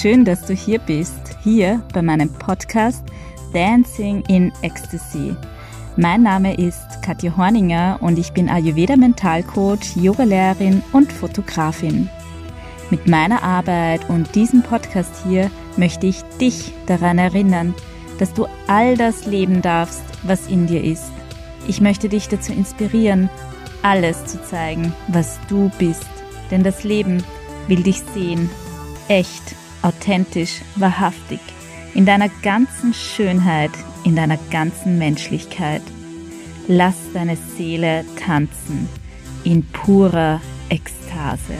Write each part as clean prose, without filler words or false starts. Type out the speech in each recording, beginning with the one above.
schön, dass du hier bist, hier bei meinem Podcast Dancing in Ecstasy. Mein Name ist Katja Horninger und ich bin Ayurveda-Mentalcoach, Yogalehrerin und Fotografin. Mit meiner Arbeit und diesem Podcast hier möchte ich dich daran erinnern, dass du all das leben darfst, was in dir ist. Ich möchte dich dazu inspirieren, alles zu zeigen, was du bist. Denn das Leben will dich sehen, echt, authentisch, wahrhaftig, in deiner ganzen Schönheit, in deiner ganzen Menschlichkeit. Lass deine Seele tanzen in purer Ekstase.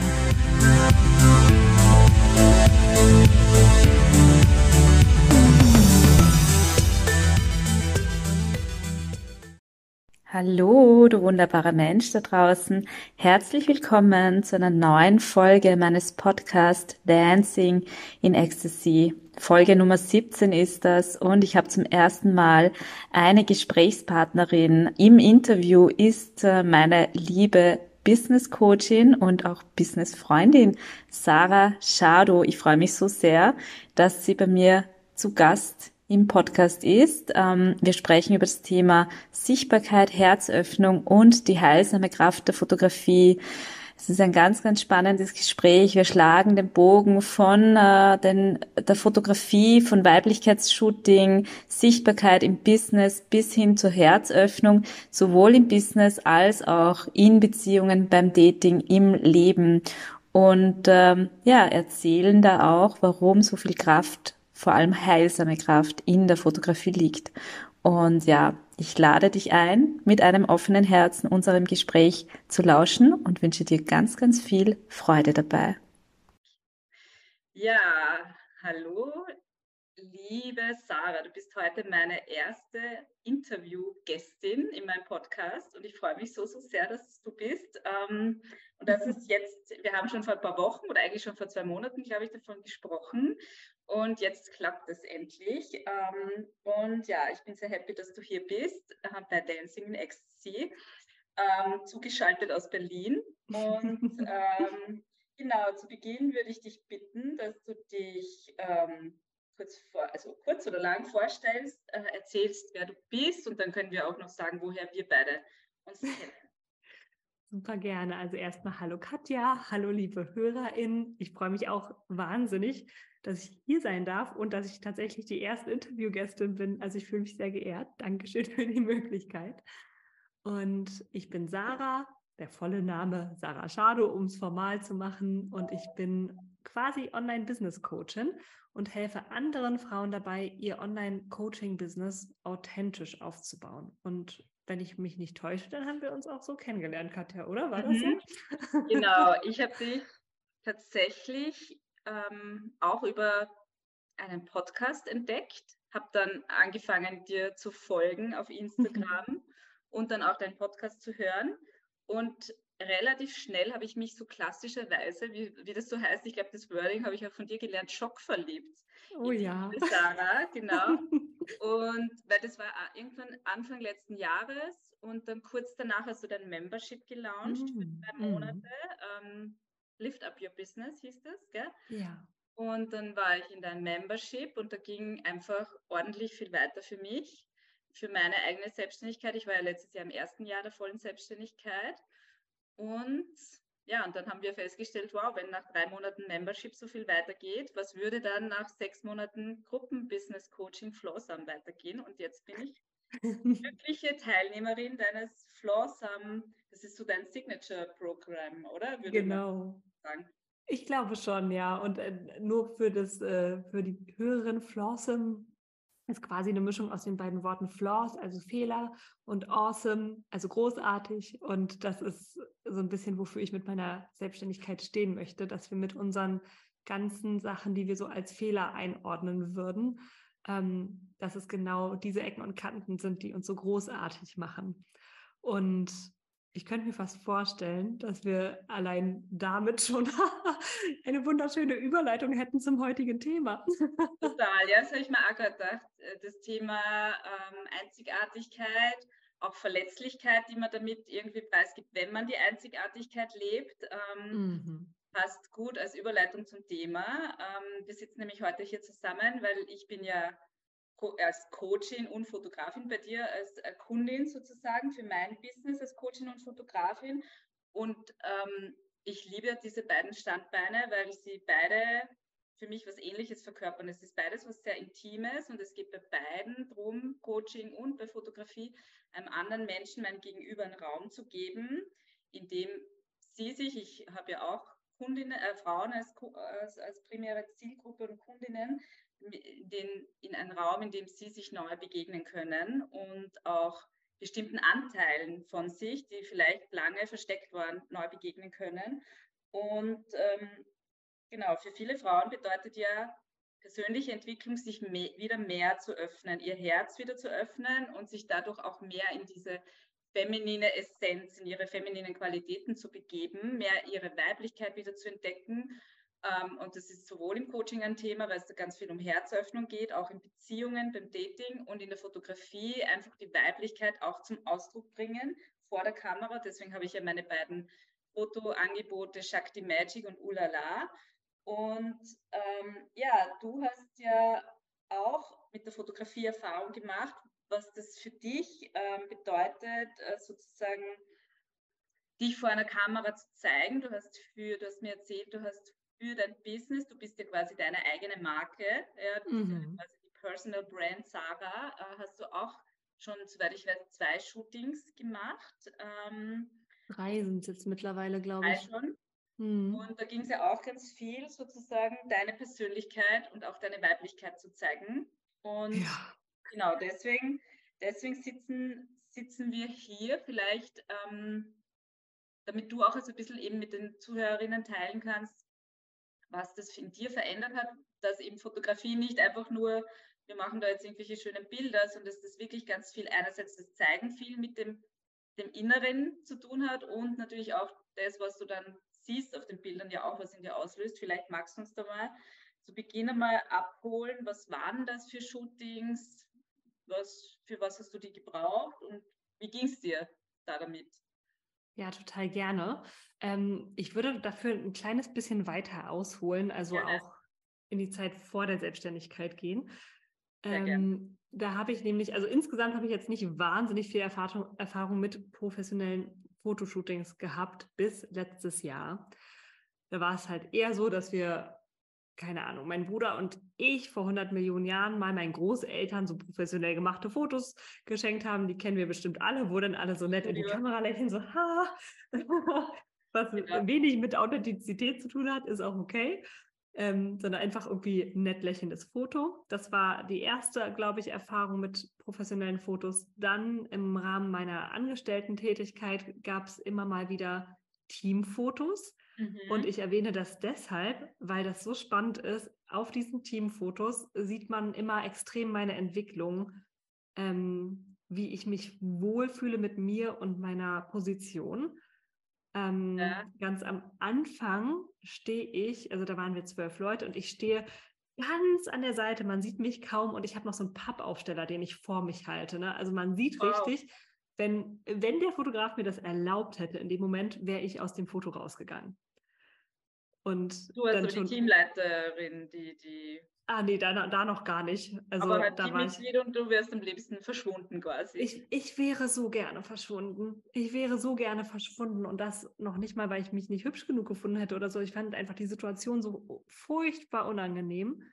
Hallo, du wunderbarer Mensch da draußen. Herzlich willkommen zu einer neuen Folge meines Podcasts Dancing in Ecstasy. Folge Nummer 17 ist das und ich habe zum ersten Mal eine Gesprächspartnerin. Im Interview ist meine liebe Business Coachin und auch Business Freundin Sarah Schado. Ich freue mich so sehr, dass sie bei mir zu Gast im Podcast ist. Wir sprechen über das Thema Sichtbarkeit, Herzöffnung und die heilsame Kraft der Fotografie. Es ist ein ganz, ganz spannendes Gespräch. Wir schlagen den Bogen von der Fotografie, von Weiblichkeitsshooting, Sichtbarkeit im Business bis hin zur Herzöffnung, sowohl im Business als auch in Beziehungen, beim Dating, im Leben. Und erzählen da auch, warum so viel Kraft, vor allem heilsame Kraft in der Fotografie liegt. Und ja, ich lade dich ein, mit einem offenen Herzen unserem Gespräch zu lauschen und wünsche dir ganz, ganz viel Freude dabei. Ja, hallo, liebe Sarah, du bist heute meine erste Interviewgästin in meinem Podcast und ich freue mich so, so sehr, dass du bist. Und das ist jetzt, wir haben schon vor ein paar Wochen oder eigentlich schon vor 2 Monaten, glaube ich, davon gesprochen. Und jetzt klappt es endlich. Und ja, ich bin sehr happy, dass du hier bist bei Dancing in Ecstasy, zugeschaltet aus Berlin. Und genau, zu Beginn würde ich dich bitten, dass du dich kurz oder lang vorstellst, erzählst, wer du bist und dann können wir auch noch sagen, woher wir beide uns kennen. Super gerne. Also erstmal hallo Katja, hallo liebe HörerInnen. Ich freue mich auch wahnsinnig, dass ich hier sein darf und dass ich tatsächlich die erste Interviewgästin bin. Also ich fühle mich sehr geehrt. Dankeschön für die Möglichkeit. Und ich bin Sarah, der volle Name Sarah Schado, um es formal zu machen. Und ich bin quasi Online-Business-Coachin und helfe anderen Frauen dabei, ihr Online-Coaching-Business authentisch aufzubauen. Und wenn ich mich nicht täusche, dann haben wir uns auch so kennengelernt, Katja, oder? War das so? Genau, ich habe dich tatsächlich auch über einen Podcast entdeckt, habe dann angefangen, dir zu folgen auf Instagram und dann auch deinen Podcast zu hören. Und relativ schnell habe ich mich so klassischerweise, wie das so heißt, ich glaube, das Wording habe ich auch von dir gelernt, schockverliebt. Oh ja. Sarah, genau. Und weil das war irgendwann Anfang letzten Jahres und dann kurz danach hast du dein Membership gelauncht für 3 Monate. Lift Up Your Business hieß das, gell? Ja. Und dann war ich in deinem Membership und da ging einfach ordentlich viel weiter für mich, für meine eigene Selbstständigkeit. Ich war ja letztes Jahr im ersten Jahr der vollen Selbstständigkeit. Und ja, und dann haben wir festgestellt, wow, wenn nach 3 Monaten Membership so viel weitergeht, was würde dann nach 6 Monaten Gruppen-Business-Coaching Flawsome weitergehen? Und jetzt bin ich glückliche Teilnehmerin deines Flawsome, das ist so dein Signature-Programm, oder? Genau. Sagen. Ich glaube schon, ja. Und nur für die höheren Flawsome ist quasi eine Mischung aus den beiden Worten Flaws, also Fehler, und Awesome, also großartig. Und das ist so ein bisschen, wofür ich mit meiner Selbstständigkeit stehen möchte, dass wir mit unseren ganzen Sachen, die wir so als Fehler einordnen würden, dass es genau diese Ecken und Kanten sind, die uns so großartig machen. Und ich könnte mir fast vorstellen, dass wir allein damit schon eine wunderschöne Überleitung hätten zum heutigen Thema. Total, ja, das habe ich mir auch gedacht. Das Thema Einzigartigkeit, auch Verletzlichkeit, die man damit irgendwie preisgibt, wenn man die Einzigartigkeit lebt. passt gut als Überleitung zum Thema. Wir sitzen nämlich heute hier zusammen, weil ich bin ja als Coachin und Fotografin bei dir, als Kundin sozusagen für mein Business als Coachin und Fotografin. Und ich liebe diese beiden Standbeine, weil sie beide für mich was Ähnliches verkörpern. Es ist beides was sehr Intimes und es geht bei beiden darum, Coaching und bei Fotografie, einem anderen Menschen, meinem Gegenüber einen Raum zu geben, in dem sie sich, ich habe ja auch Kundinnen, Frauen als primäre Zielgruppe und Kundinnen, in einen Raum, in dem sie sich neu begegnen können und auch bestimmten Anteilen von sich, die vielleicht lange versteckt waren, neu begegnen können. Und genau, für viele Frauen bedeutet ja persönliche Entwicklung, sich wieder mehr zu öffnen, ihr Herz wieder zu öffnen und sich dadurch auch mehr in diese feminine Essenz, in ihre femininen Qualitäten zu begeben, mehr ihre Weiblichkeit wieder zu entdecken. Und das ist sowohl im Coaching ein Thema, weil es da ganz viel um Herzöffnung geht, auch in Beziehungen, beim Dating und in der Fotografie einfach die Weiblichkeit auch zum Ausdruck bringen vor der Kamera. Deswegen habe ich ja meine beiden Fotoangebote Shakti Magic und Ulala. Und ja, du hast ja auch mit der Fotografie Erfahrung gemacht, was das für dich bedeutet, sozusagen dich vor einer Kamera zu zeigen. Du hast mir erzählt, du hast für dein Business, du bist ja quasi deine eigene Marke, ja, du bist ja quasi die Personal Brand Sarah, hast du auch schon, soweit ich weiß, 2 Shootings gemacht. 3 sind es jetzt mittlerweile, glaube 3 ich. schon. Und da ging es ja auch ganz viel, sozusagen deine Persönlichkeit und auch deine Weiblichkeit zu zeigen. Und Ja. genau, deswegen sitzen wir hier vielleicht, damit du auch ein bisschen eben mit den Zuhörerinnen teilen kannst, was das in dir verändert hat, dass eben Fotografie nicht einfach nur, wir machen da jetzt irgendwelche schönen Bilder, sondern dass das wirklich ganz viel, einerseits das Zeigen viel mit dem Inneren zu tun hat und natürlich auch das, was du dann siehst auf den Bildern, ja auch was in dir auslöst. Vielleicht magst du uns da mal zu Beginn einmal abholen, was waren das für Shootings, für was hast du die gebraucht und wie ging es dir da damit? Ja, total gerne. Ich würde dafür ein kleines bisschen weiter ausholen, also Gerne, auch in die Zeit vor der Selbstständigkeit gehen. sehr gerne. Da habe ich nämlich, also insgesamt habe ich jetzt nicht wahnsinnig viel Erfahrung mit professionellen Fotoshootings gehabt bis letztes Jahr. Da war es halt eher so, dass wir, keine Ahnung, mein Bruder und ich vor 100 Millionen Jahren mal meinen Großeltern so professionell gemachte Fotos geschenkt haben. Die kennen wir bestimmt alle, wo dann alle so nett in die Kamera lächeln, so, ha, was Ja. wenig mit Authentizität zu tun hat, ist auch okay. Sondern einfach irgendwie ein nett lächelndes Foto. Das war die erste, glaube ich, Erfahrung mit professionellen Fotos. Dann im Rahmen meiner Angestellten-Tätigkeit gab es immer mal wieder Teamfotos. Und ich erwähne das deshalb, weil das so spannend ist. Auf diesen Teamfotos sieht man immer extrem meine Entwicklung, wie ich mich wohlfühle mit mir und meiner Position. Ganz am Anfang stehe ich, also da waren wir 12 Leute und ich stehe ganz an der Seite, man sieht mich kaum und ich habe noch so einen Pappaufsteller, den ich vor mich halte. Ne? Also man sieht richtig, wenn der Fotograf mir das erlaubt hätte, in dem Moment wäre ich aus dem Foto rausgegangen. Und Du als dann so die schon, Teamleiterin, die nee, da noch gar nicht. Also aber halt da war ich. Teammitglied und du wärst am liebsten verschwunden quasi. Ich wäre so gerne verschwunden. Ich wäre so gerne verschwunden und das noch nicht mal, weil ich mich nicht hübsch genug gefunden hätte oder so. Ich fand einfach die Situation so furchtbar unangenehm.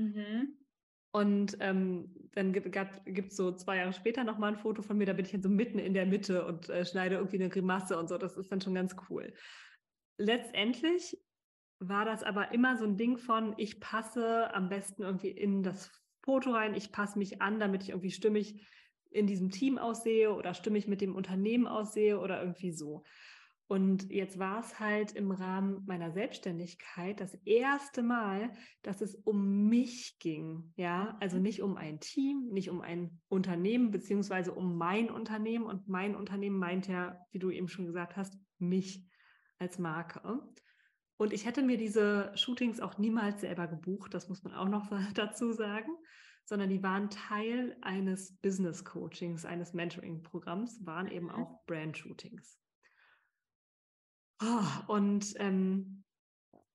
Und dann gibt es so 2 Jahre später nochmal ein Foto von mir, da bin ich dann so mitten in der Mitte und schneide irgendwie eine Grimasse und so. Das ist dann schon ganz cool. Letztendlich war das aber immer so ein Ding von, ich passe am besten irgendwie in das Foto rein, ich passe mich an, damit ich irgendwie stimmig in diesem Team aussehe oder stimmig mit dem Unternehmen aussehe oder irgendwie so. Und jetzt war es halt im Rahmen meiner Selbstständigkeit das erste Mal, dass es um mich ging. Ja, also nicht um ein Team, nicht um ein Unternehmen, beziehungsweise um mein Unternehmen. Und mein Unternehmen meint ja, wie du eben schon gesagt hast, mich als Marke. Und ich hätte mir diese Shootings auch niemals selber gebucht, das muss man auch noch dazu sagen, sondern die waren Teil eines Business-Coachings, eines Mentoring-Programms, waren eben auch Brand-Shootings. Und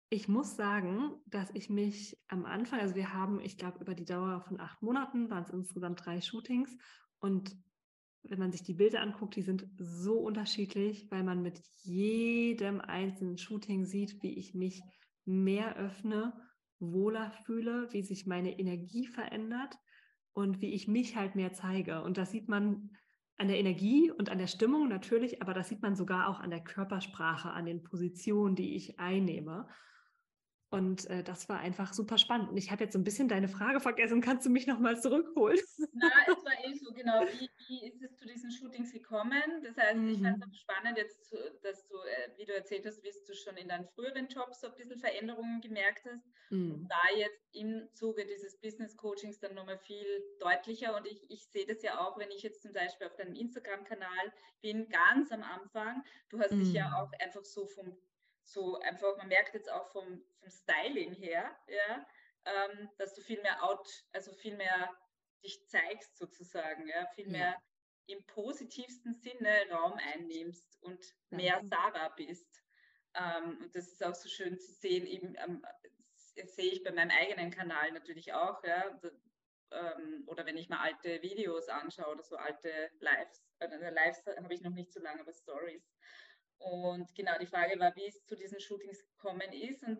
Ich muss sagen, dass ich mich am Anfang, also wir haben, ich glaube, über die Dauer von 8 Monaten waren es insgesamt 3 Shootings. Und wenn man sich die Bilder anguckt, die sind so unterschiedlich, weil man mit jedem einzelnen Shooting sieht, wie ich mich mehr öffne, wohler fühle, wie sich meine Energie verändert und wie ich mich halt mehr zeige. Und das sieht man an der Energie und an der Stimmung natürlich, aber das sieht man sogar auch an der Körpersprache, an den Positionen, die ich einnehme. Und das war einfach super spannend. Und ich habe jetzt so ein bisschen deine Frage vergessen. Kannst du mich nochmal zurückholen? Na, es war eh so, genau. Wie ist es zu diesen Shootings gekommen? Das heißt, ich fand es auch spannend jetzt, dass du, wie du erzählt hast, wie du schon in deinen früheren Jobs so ein bisschen Veränderungen gemerkt hast. Und da jetzt im Zuge dieses Business Coachings dann nochmal viel deutlicher. Und ich sehe das ja auch, wenn ich jetzt zum Beispiel auf deinem Instagram-Kanal bin, ganz am Anfang. Du hast dich ja auch einfach so einfach, man merkt jetzt auch vom Styling her, ja, dass du viel mehr also viel mehr dich zeigst sozusagen, ja, viel mehr im positivsten Sinne Raum einnimmst und mehr Sarah bist. Und das ist auch so schön zu sehen, eben das sehe ich bei meinem eigenen Kanal natürlich auch, ja, oder wenn ich mal alte Videos anschaue oder so alte Lives, Lives habe ich noch nicht so lange, aber Stories. Und genau, die Frage war, wie es zu diesen Shootings gekommen ist. Und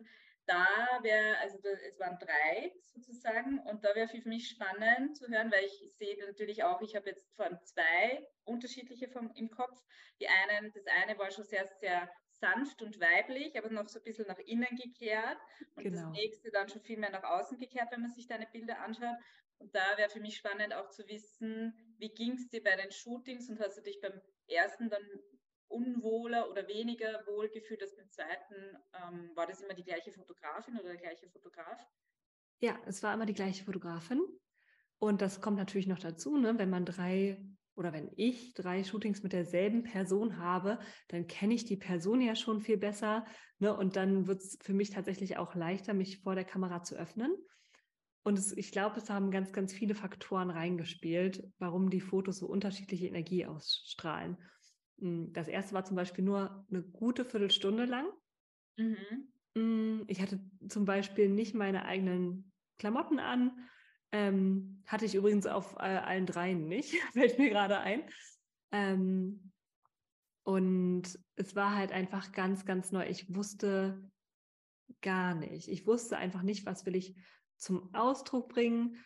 es waren 3 sozusagen, und da wäre für mich spannend zu hören, weil ich sehe natürlich auch, ich habe jetzt vor allem 2 unterschiedliche im Kopf. Das eine war schon sehr, sehr sanft und weiblich, aber noch so ein bisschen nach innen gekehrt. Und das nächste dann schon viel mehr nach außen gekehrt, wenn man sich deine Bilder anschaut. Und da wäre für mich spannend auch zu wissen, wie ging es dir bei den Shootings und hast du dich beim ersten dann unwohler oder weniger wohl gefühlt als beim zweiten? War das immer die gleiche Fotografin oder der gleiche Fotograf? Ja, es war immer die gleiche Fotografin. Und das kommt natürlich noch dazu, ne? Wenn ich 3 Shootings mit derselben Person habe, dann kenne ich die Person ja schon viel besser, ne? Und dann wird es für mich tatsächlich auch leichter, mich vor der Kamera zu öffnen. Und ich glaube, es haben ganz, ganz viele Faktoren reingespielt, warum die Fotos so unterschiedliche Energie ausstrahlen. Das erste war zum Beispiel nur eine gute Viertelstunde lang. Ich hatte zum Beispiel nicht meine eigenen Klamotten an. Hatte ich übrigens auf allen 3 nicht, fällt mir gerade ein. Und es war halt einfach ganz, ganz neu. Ich wusste gar nicht. Ich wusste einfach nicht, was will ich zum Ausdruck bringen,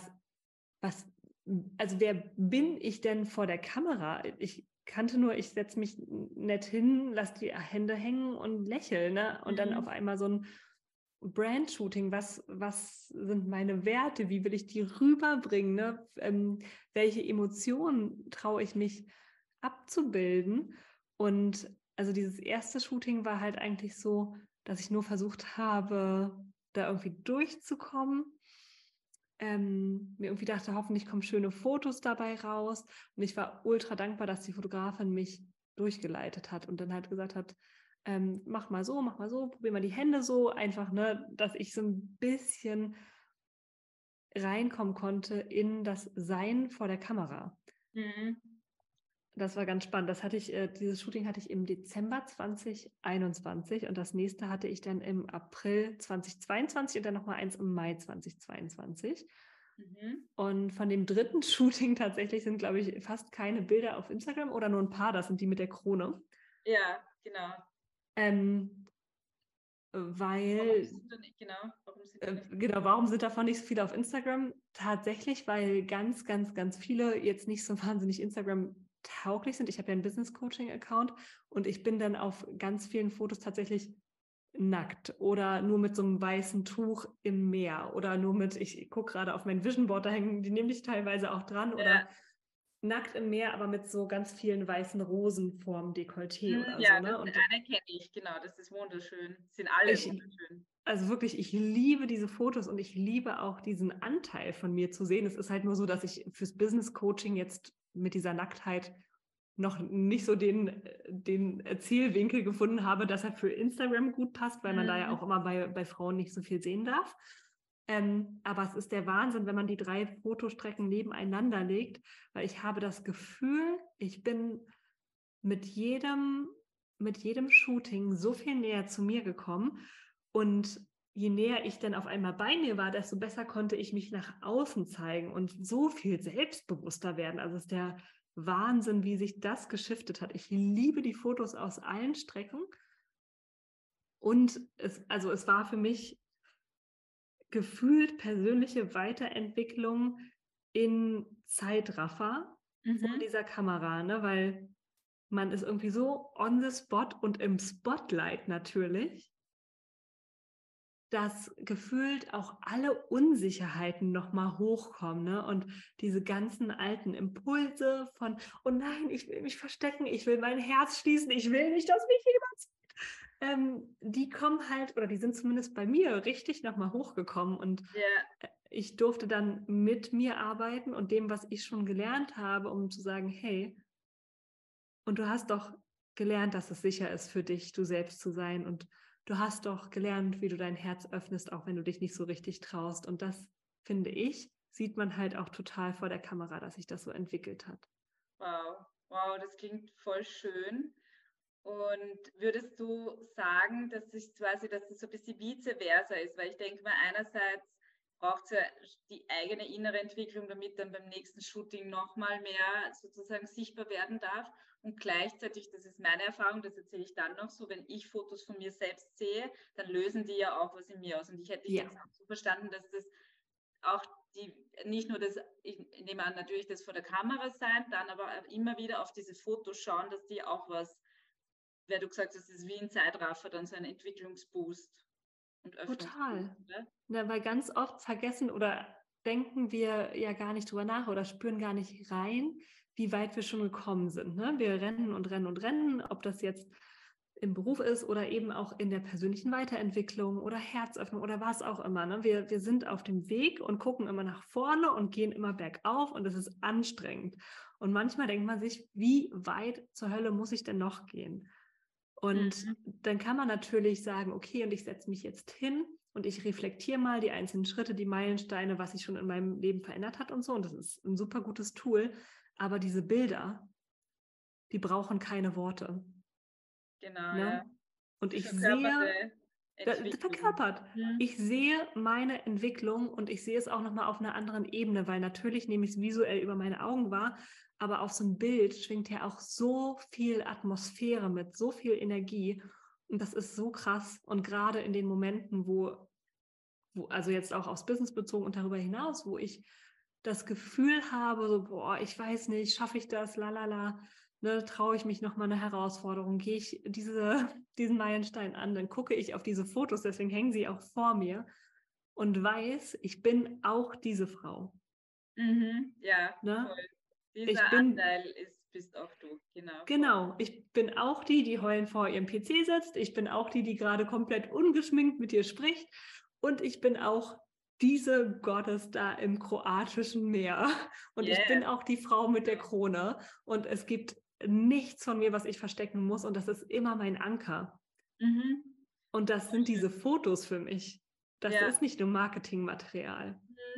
also wer bin ich denn vor der Kamera? Ich kannte nur, ich setze mich nett hin, lasse die Hände hängen und lächle, ne? Und dann auf einmal so ein Brand-Shooting, was sind meine Werte, wie will ich die rüberbringen, ne? Welche Emotionen traue ich mich abzubilden? Und also dieses erste Shooting war halt eigentlich so, dass ich nur versucht habe, da irgendwie durchzukommen. Mir irgendwie dachte, hoffentlich kommen schöne Fotos dabei raus. Und ich war ultra dankbar, dass die Fotografin mich durchgeleitet hat und dann halt gesagt hat, mach mal so, probier mal die Hände so, einfach, ne, dass ich so ein bisschen reinkommen konnte in das Sein vor der Kamera. Das war ganz spannend. Dieses Shooting hatte ich im Dezember 2021 und das nächste hatte ich dann im April 2022 und dann nochmal eins im Mai 2022. Und von dem 3. Shooting tatsächlich sind, glaube ich, fast keine Bilder auf Instagram oder nur ein paar, das sind die mit der Krone. Ja, genau. Warum sind davon nicht so viele auf Instagram? Tatsächlich, weil ganz, ganz, ganz viele jetzt nicht so wahnsinnig Instagram tauglich sind. Ich habe ja einen Business-Coaching-Account und ich bin dann auf ganz vielen Fotos tatsächlich nackt oder nur mit so einem weißen Tuch im Meer oder ich gucke gerade auf mein Vision Board, da hängen die nämlich teilweise auch dran, oder nackt im Meer, aber mit so ganz vielen weißen Rosen vorm Dekolleté oder ja, so. Ne? Das eine kenne ich, genau, das ist wunderschön. Sind alle wunderschön. Also wirklich, ich liebe diese Fotos und ich liebe auch diesen Anteil von mir zu sehen. Es ist halt nur so, dass ich fürs Business Coaching jetzt mit dieser Nacktheit noch nicht so den Zielwinkel gefunden habe, dass er für Instagram gut passt, weil man da ja auch immer bei Frauen nicht so viel sehen darf. Aber es ist der Wahnsinn, wenn man die 3 Fotostrecken nebeneinander legt, weil ich habe das Gefühl, ich bin mit jedem Shooting so viel näher zu mir gekommen Und je näher ich dann auf einmal bei mir war, desto besser konnte ich mich nach außen zeigen und so viel selbstbewusster werden. Also es ist der Wahnsinn, wie sich das geschiftet hat. Ich liebe die Fotos aus allen Strecken. Und es war für mich gefühlt persönliche Weiterentwicklung in Zeitraffer vor dieser Kamera, ne? Weil man ist irgendwie so on the spot und im Spotlight natürlich, dass gefühlt auch alle Unsicherheiten nochmal hochkommen, ne? Und diese ganzen alten Impulse von, oh nein, ich will mich verstecken, ich will mein Herz schließen, ich will nicht, dass mich jemand sieht. Die kommen halt, oder die sind zumindest bei mir richtig nochmal hochgekommen. Und ich durfte dann mit mir arbeiten und dem, was ich schon gelernt habe, um zu sagen, hey, und du hast doch gelernt, dass es sicher ist für dich, du selbst zu sein. Und du hast doch gelernt, wie du dein Herz öffnest, auch wenn du dich nicht so richtig traust. Und das, finde ich, sieht man halt auch total vor der Kamera, dass sich das so entwickelt hat. Wow, das klingt voll schön. Und würdest du sagen, dass das so ein bisschen vice versa ist? Weil ich denke mal, einerseits braucht es ja die eigene innere Entwicklung, damit dann beim nächsten Shooting nochmal mehr sozusagen sichtbar werden darf. Und gleichzeitig, das ist meine Erfahrung, das erzähle ich dann noch so, wenn ich Fotos von mir selbst sehe, dann lösen die ja auch was in mir aus. Und ich hätte dich jetzt auch so verstanden, dass das auch nicht nur das, ich nehme an, natürlich das vor der Kamera sein, dann aber immer wieder auf diese Fotos schauen, dass die auch was, weil du gesagt hast, das ist wie ein Zeitraffer, dann so ein Entwicklungsboost und Öffnungsboost. Total. Na, weil ganz oft vergessen oder denken wir ja gar nicht drüber nach oder spüren gar nicht rein, wie weit wir schon gekommen sind. Ne? Wir rennen und rennen und rennen, ob das jetzt im Beruf ist oder eben auch in der persönlichen Weiterentwicklung oder Herzöffnung oder was auch immer. Ne? Wir sind auf dem Weg und gucken immer nach vorne und gehen immer bergauf und es ist anstrengend. Und manchmal denkt man sich, wie weit zur Hölle muss ich denn noch gehen? Und dann kann man natürlich sagen, okay, und ich setze mich jetzt hin und ich reflektiere mal die einzelnen Schritte, die Meilensteine, was sich schon in meinem Leben verändert hat und so. Und das ist ein super gutes Tool. Aber diese Bilder, die brauchen keine Worte. Genau, Ne? ja. Und Die ich sehe, Entwicklung. ich sehe meine Entwicklung und ich sehe es auch nochmal auf einer anderen Ebene, weil natürlich nehme ich es visuell über meine Augen wahr, aber auf so ein Bild schwingt ja auch so viel Atmosphäre mit, so viel Energie und das ist so krass und gerade in den Momenten, wo also jetzt auch aufs Business bezogen und darüber hinaus, wo ich das Gefühl habe, so, boah, ich weiß nicht, schaffe ich das, lalala, ne, traue ich mich nochmal eine Herausforderung, gehe ich diesen Meilenstein an, dann gucke ich auf diese Fotos, deswegen hängen sie auch vor mir und weiß, ich bin auch diese Frau. Ja, Ne? voll. Dieser Anteil bist auch du, genau. Genau, ich bin auch die heulend vor ihrem PC sitzt, ich bin auch die gerade komplett ungeschminkt mit dir spricht und ich bin auch diese Gottes da im kroatischen Meer und ich bin auch die Frau mit der Krone und es gibt nichts von mir, was ich verstecken muss und das ist immer mein Anker. Und das sind diese Fotos für mich. Das ist nicht nur Marketingmaterial.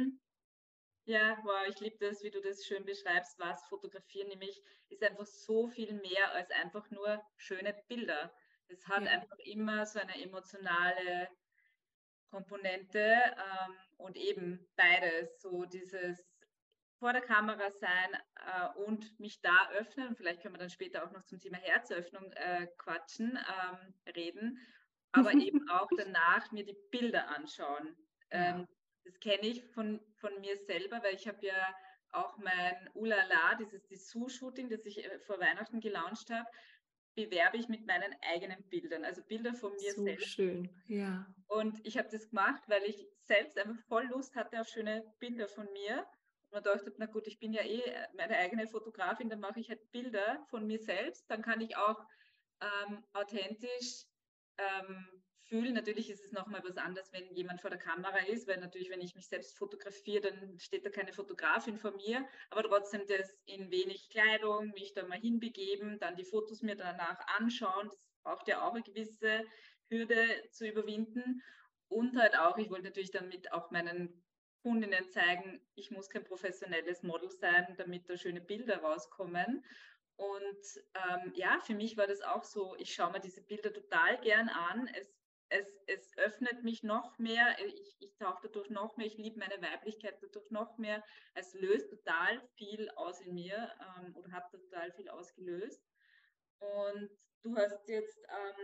Ja, wow, ich liebe das, wie du das schön beschreibst, was Fotografieren nämlich ist einfach so viel mehr als einfach nur schöne Bilder. Es hat einfach immer so eine emotionale Komponente und eben beides, so dieses vor der Kamera sein und mich da öffnen. Und vielleicht können wir dann später auch noch zum Thema Herzöffnung quatschen, reden, aber eben auch danach mir die Bilder anschauen. Das kenne ich von mir selber, weil ich habe ja auch mein Ulala, dieses Dessous-Shooting, das ich vor Weihnachten gelauncht habe, bewerbe ich mit meinen eigenen Bildern, also Bilder von mir selbst. So schön, ja. Und ich habe das gemacht, weil ich selbst einfach voll Lust hatte auf schöne Bilder von mir. Und man dachte, na gut, ich bin ja eh meine eigene Fotografin, dann mache ich halt Bilder von mir selbst. Dann kann ich auch authentisch fühlen. Natürlich ist es nochmal was anderes, wenn jemand vor der Kamera ist, weil natürlich, wenn ich mich selbst fotografiere, dann steht da keine Fotografin vor mir, aber trotzdem das in wenig Kleidung, mich da mal hinbegeben, dann die Fotos mir danach anschauen, das braucht ja auch eine gewisse Hürde zu überwinden und halt auch, ich wollte natürlich damit auch meinen Kundinnen zeigen, ich muss kein professionelles Model sein, damit da schöne Bilder rauskommen. Und ja, für mich war das auch so, ich schaue mir diese Bilder total gern an. es öffnet mich noch mehr, ich tauche dadurch noch mehr, ich liebe meine Weiblichkeit dadurch noch mehr, es löst total viel aus in mir oder hat total viel ausgelöst. Und du hast jetzt,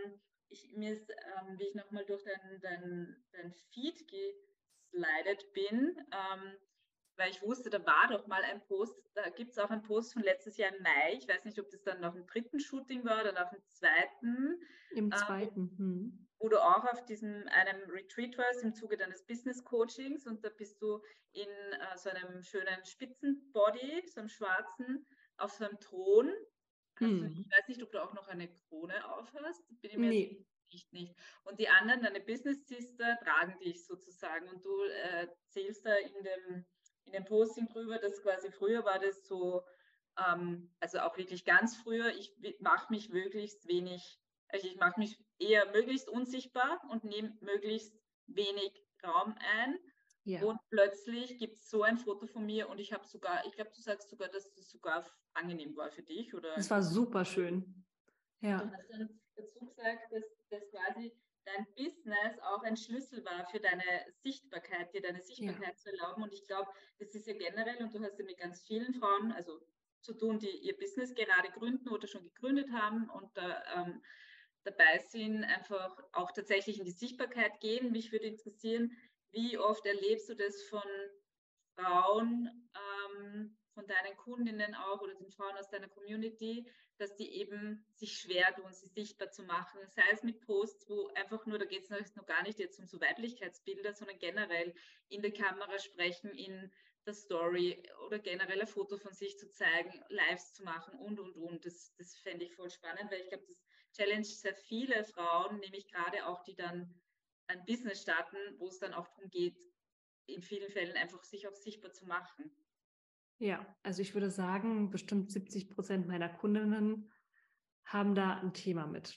wie ich nochmal durch dein Feed geslidet bin, weil ich wusste, da war doch mal ein Post, da gibt es auch einen Post von letztes Jahr im Mai, ich weiß nicht, ob das dann nach dem 3. Shooting war oder nach dem 2. Im 2. Wo du auch auf einem Retreat warst im Zuge deines Business Coachings und da bist du in so einem schönen Spitzenbody, so einem schwarzen, auf so einem Thron. Ich weiß nicht, ob du auch noch eine Krone aufhast. Bin ich mir jetzt nicht. Und die anderen, deine Business Sister, tragen dich sozusagen. Und du zählst da in dem Posting drüber, dass quasi früher war das so, also auch wirklich ganz früher, ich mache mich möglichst wenig, also ich mache mich eher möglichst unsichtbar und nehme möglichst wenig Raum ein. Ja. Und plötzlich gibt es so ein Foto von mir und ich glaube, du sagst sogar, dass das sogar angenehm war für dich. Oder? Das war super schön. Ja. Du hast dann dazu gesagt, dass quasi dein Business auch ein Schlüssel war für deine Sichtbarkeit, dir deine Sichtbarkeit zu erlauben. Und ich glaube, das ist ja generell, und du hast ja mit ganz vielen Frauen, also zu tun, die ihr Business gerade gründen oder schon gegründet haben und dabei sind, einfach auch tatsächlich in die Sichtbarkeit gehen. Mich würde interessieren, wie oft erlebst du das von Frauen, von deinen Kundinnen auch oder den Frauen aus deiner Community, dass die eben sich schwer tun, sie sichtbar zu machen, sei es mit Posts, wo einfach nur, da geht es noch gar nicht jetzt um so Weiblichkeitsbilder, sondern generell in der Kamera sprechen, in der Story oder generell ein Foto von sich zu zeigen, Lives zu machen und. Das fände ich voll spannend, weil ich glaube, das challenge sehr viele Frauen, nämlich gerade auch, die dann ein Business starten, wo es dann auch darum geht, in vielen Fällen einfach sich auch sichtbar zu machen. Ja, also ich würde sagen, bestimmt 70% meiner Kundinnen haben da ein Thema mit.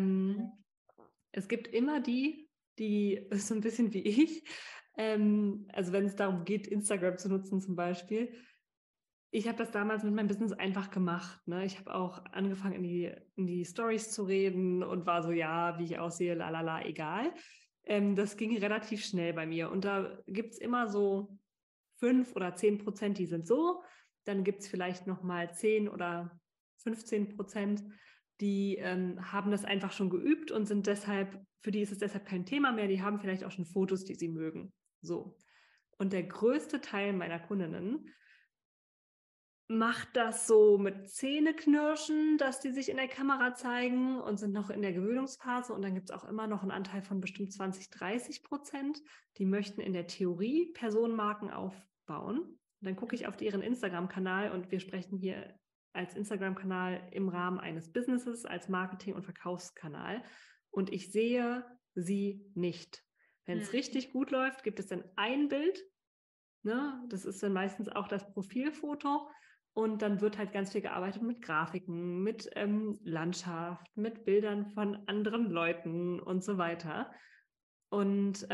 Es gibt immer die so ein bisschen wie ich, also wenn es darum geht, Instagram zu nutzen zum Beispiel. Ich habe das damals mit meinem Business einfach gemacht. Ne? Ich habe auch angefangen, in die Stories zu reden und war so, ja, wie ich aussehe, lalala, egal. Das ging relativ schnell bei mir. Und da gibt es immer so 5 oder 10%, die sind so. Dann gibt es vielleicht nochmal 10 oder 15%, die haben das einfach schon geübt und sind deshalb, für die ist es deshalb kein Thema mehr. Die haben vielleicht auch schon Fotos, die sie mögen. So. Und der größte Teil meiner Kundinnen macht das so mit Zähneknirschen, dass die sich in der Kamera zeigen und sind noch in der Gewöhnungsphase. Und dann gibt es auch immer noch einen Anteil von bestimmt 20-30%, die möchten in der Theorie Personenmarken aufbauen. Und dann gucke ich auf ihren Instagram-Kanal und wir sprechen hier als Instagram-Kanal im Rahmen eines Businesses, als Marketing- und Verkaufskanal. Und ich sehe sie nicht. Wenn es richtig gut läuft, gibt es dann ein Bild. Ne? Das ist dann meistens auch das Profilfoto. Und dann wird halt ganz viel gearbeitet mit Grafiken, mit Landschaft, mit Bildern von anderen Leuten und so weiter. Und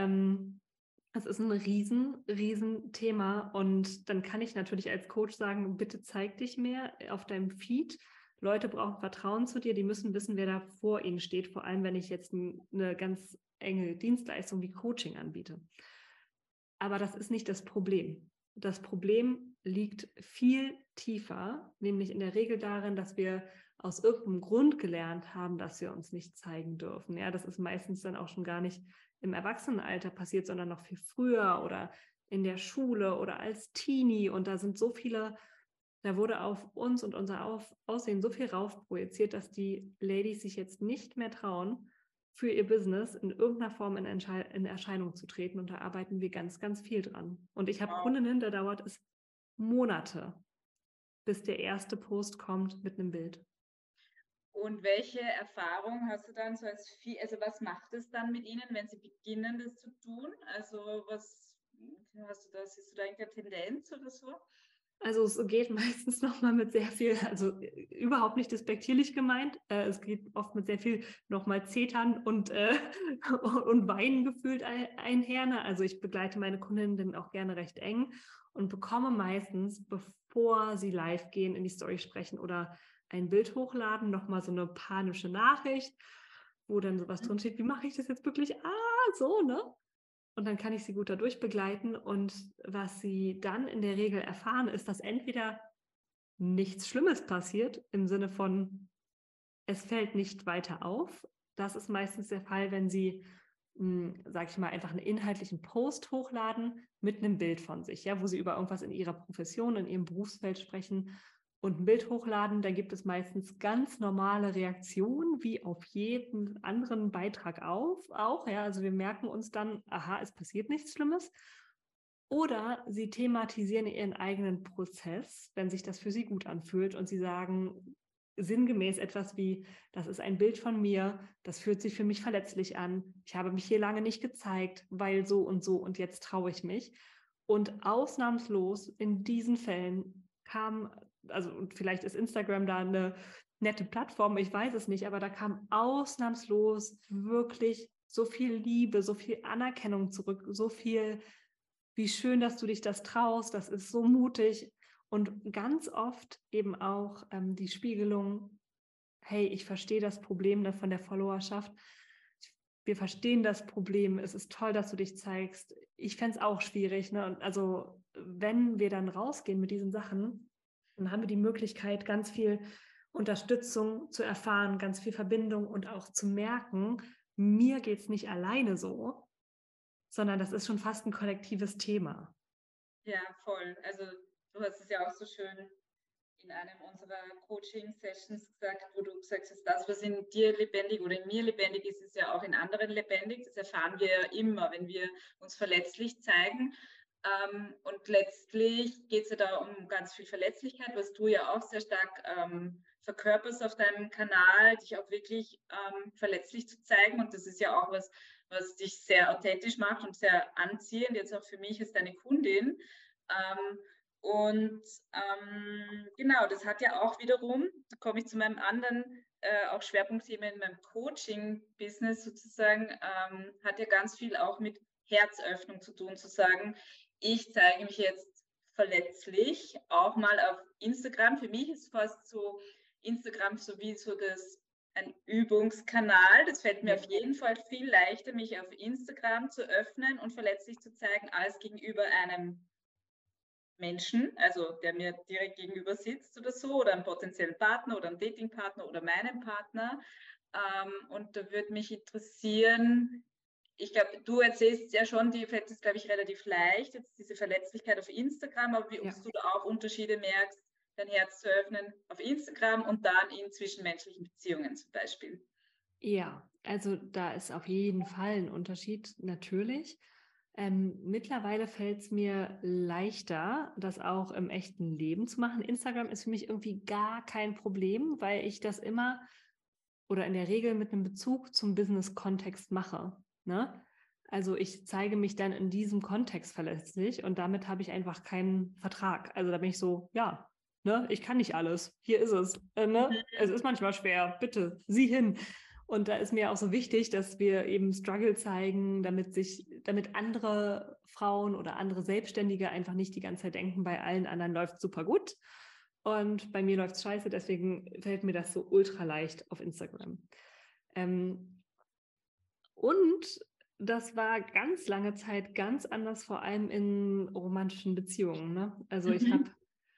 das ist ein riesen Thema. Und dann kann ich natürlich als Coach sagen, bitte zeig dich mehr auf deinem Feed. Leute brauchen Vertrauen zu dir, die müssen wissen, wer da vor ihnen steht, vor allem wenn ich jetzt eine ganz enge Dienstleistung wie Coaching anbiete. Aber das ist nicht das Problem. Das Problem liegt viel tiefer, nämlich in der Regel darin, dass wir aus irgendeinem Grund gelernt haben, dass wir uns nicht zeigen dürfen. Ja, das ist meistens dann auch schon gar nicht im Erwachsenenalter passiert, sondern noch viel früher oder in der Schule oder als Teenie. Und da sind so viele, da wurde auf uns und unser Aussehen so viel raufprojiziert, dass die Ladies sich jetzt nicht mehr trauen, für ihr Business in irgendeiner Form in Erscheinung zu treten. Und da arbeiten wir ganz, ganz viel dran. Und ich habe Kundinnen, da dauert es Monate, bis der erste Post kommt mit einem Bild. Und welche Erfahrung hast du dann was macht es dann mit ihnen, wenn sie beginnen, das zu tun? Also siehst du da irgendeine Tendenz oder so? Also es geht meistens nochmal mit sehr viel, also überhaupt nicht despektierlich gemeint, es geht oft mit sehr viel nochmal Zetern und Weinen gefühlt einher. Ne? Also ich begleite meine Kundinnen auch gerne recht eng und bekomme meistens, bevor sie live gehen, in die Story sprechen oder ein Bild hochladen, nochmal so eine panische Nachricht, wo dann sowas drin steht, wie mache ich das jetzt wirklich? So, ne? Und dann kann ich sie gut dadurch begleiten. Und was sie dann in der Regel erfahren, ist, dass entweder nichts Schlimmes passiert, im Sinne von, es fällt nicht weiter auf. Das ist meistens der Fall, wenn sie, sag ich mal, einfach einen inhaltlichen Post hochladen mit einem Bild von sich, ja, wo sie über irgendwas in ihrer Profession, in ihrem Berufsfeld sprechen und ein Bild hochladen. Da gibt es meistens ganz normale Reaktionen, wie auf jeden anderen Beitrag auch, ja, also wir merken uns dann, aha, es passiert nichts Schlimmes. Oder sie thematisieren ihren eigenen Prozess, wenn sich das für sie gut anfühlt und sie sagen sinngemäß etwas wie, das ist ein Bild von mir, das fühlt sich für mich verletzlich an, ich habe mich hier lange nicht gezeigt, weil so und jetzt traue ich mich. Und ausnahmslos in diesen Fällen kam, also und vielleicht ist Instagram da eine nette Plattform, ich weiß es nicht, aber da kam ausnahmslos wirklich so viel Liebe, so viel Anerkennung zurück, so viel, wie schön, dass du dich das traust, das ist so mutig. Und ganz oft eben auch die Spiegelung, hey, ich verstehe das Problem von der Followerschaft. Wir verstehen das Problem. Es ist toll, dass du dich zeigst. Ich fände es auch schwierig. Ne? Und also wenn wir dann rausgehen mit diesen Sachen, dann haben wir die Möglichkeit, ganz viel Unterstützung zu erfahren, ganz viel Verbindung und auch zu merken, mir geht es nicht alleine so, sondern das ist schon fast ein kollektives Thema. Ja, voll. Also du hast es ja auch so schön in einem unserer Coaching-Sessions gesagt, wo du gesagt hast, das, was in dir lebendig oder in mir lebendig ist, ist ja auch in anderen lebendig. Das erfahren wir ja immer, wenn wir uns verletzlich zeigen. Und letztlich geht es ja da um ganz viel Verletzlichkeit, was du ja auch sehr stark verkörperst auf deinem Kanal, dich auch wirklich verletzlich zu zeigen. Und das ist ja auch was dich sehr authentisch macht und sehr anziehend, jetzt auch für mich als deine Kundin. Genau, das hat ja auch wiederum, da komme ich zu meinem anderen auch Schwerpunktthema in meinem Coaching-Business sozusagen, hat ja ganz viel auch mit Herzöffnung zu tun, zu sagen, ich zeige mich jetzt verletzlich, auch mal auf Instagram. Für mich ist fast so Instagram so wie so ein Übungskanal. Das fällt mir auf jeden Fall viel leichter, mich auf Instagram zu öffnen und verletzlich zu zeigen, als gegenüber einem Menschen, also der mir direkt gegenüber sitzt oder so, oder einem potenziellen Partner oder einem Datingpartner oder meinem Partner. Und da würde mich interessieren, ich glaube, du erzählst ja schon, dir fällt es, glaube ich, relativ leicht, jetzt diese Verletzlichkeit auf Instagram, aber wie oft du da auch Unterschiede merkst, dein Herz zu öffnen auf Instagram und dann in zwischenmenschlichen Beziehungen zum Beispiel. Ja, also da ist auf jeden Fall ein Unterschied, natürlich. Mittlerweile fällt es mir leichter, das auch im echten Leben zu machen. Instagram ist für mich irgendwie gar kein Problem, weil ich das immer oder in der Regel mit einem Bezug zum Business-Kontext mache. Ne? Also ich zeige mich dann in diesem Kontext verletzlich und damit habe ich einfach keinen Vertrag. Also da bin ich so, ja, ne, ich kann nicht alles. Hier ist es. Ne? Es ist manchmal schwer. Bitte, sieh hin. Und da ist mir auch so wichtig, dass wir eben Struggle zeigen, damit andere Frauen oder andere Selbstständige einfach nicht die ganze Zeit denken, bei allen anderen läuft super gut und bei mir läuft es scheiße, deswegen fällt mir das so ultra leicht auf Instagram. Und das war ganz lange Zeit ganz anders, vor allem in romantischen Beziehungen. Ne? Also ich habe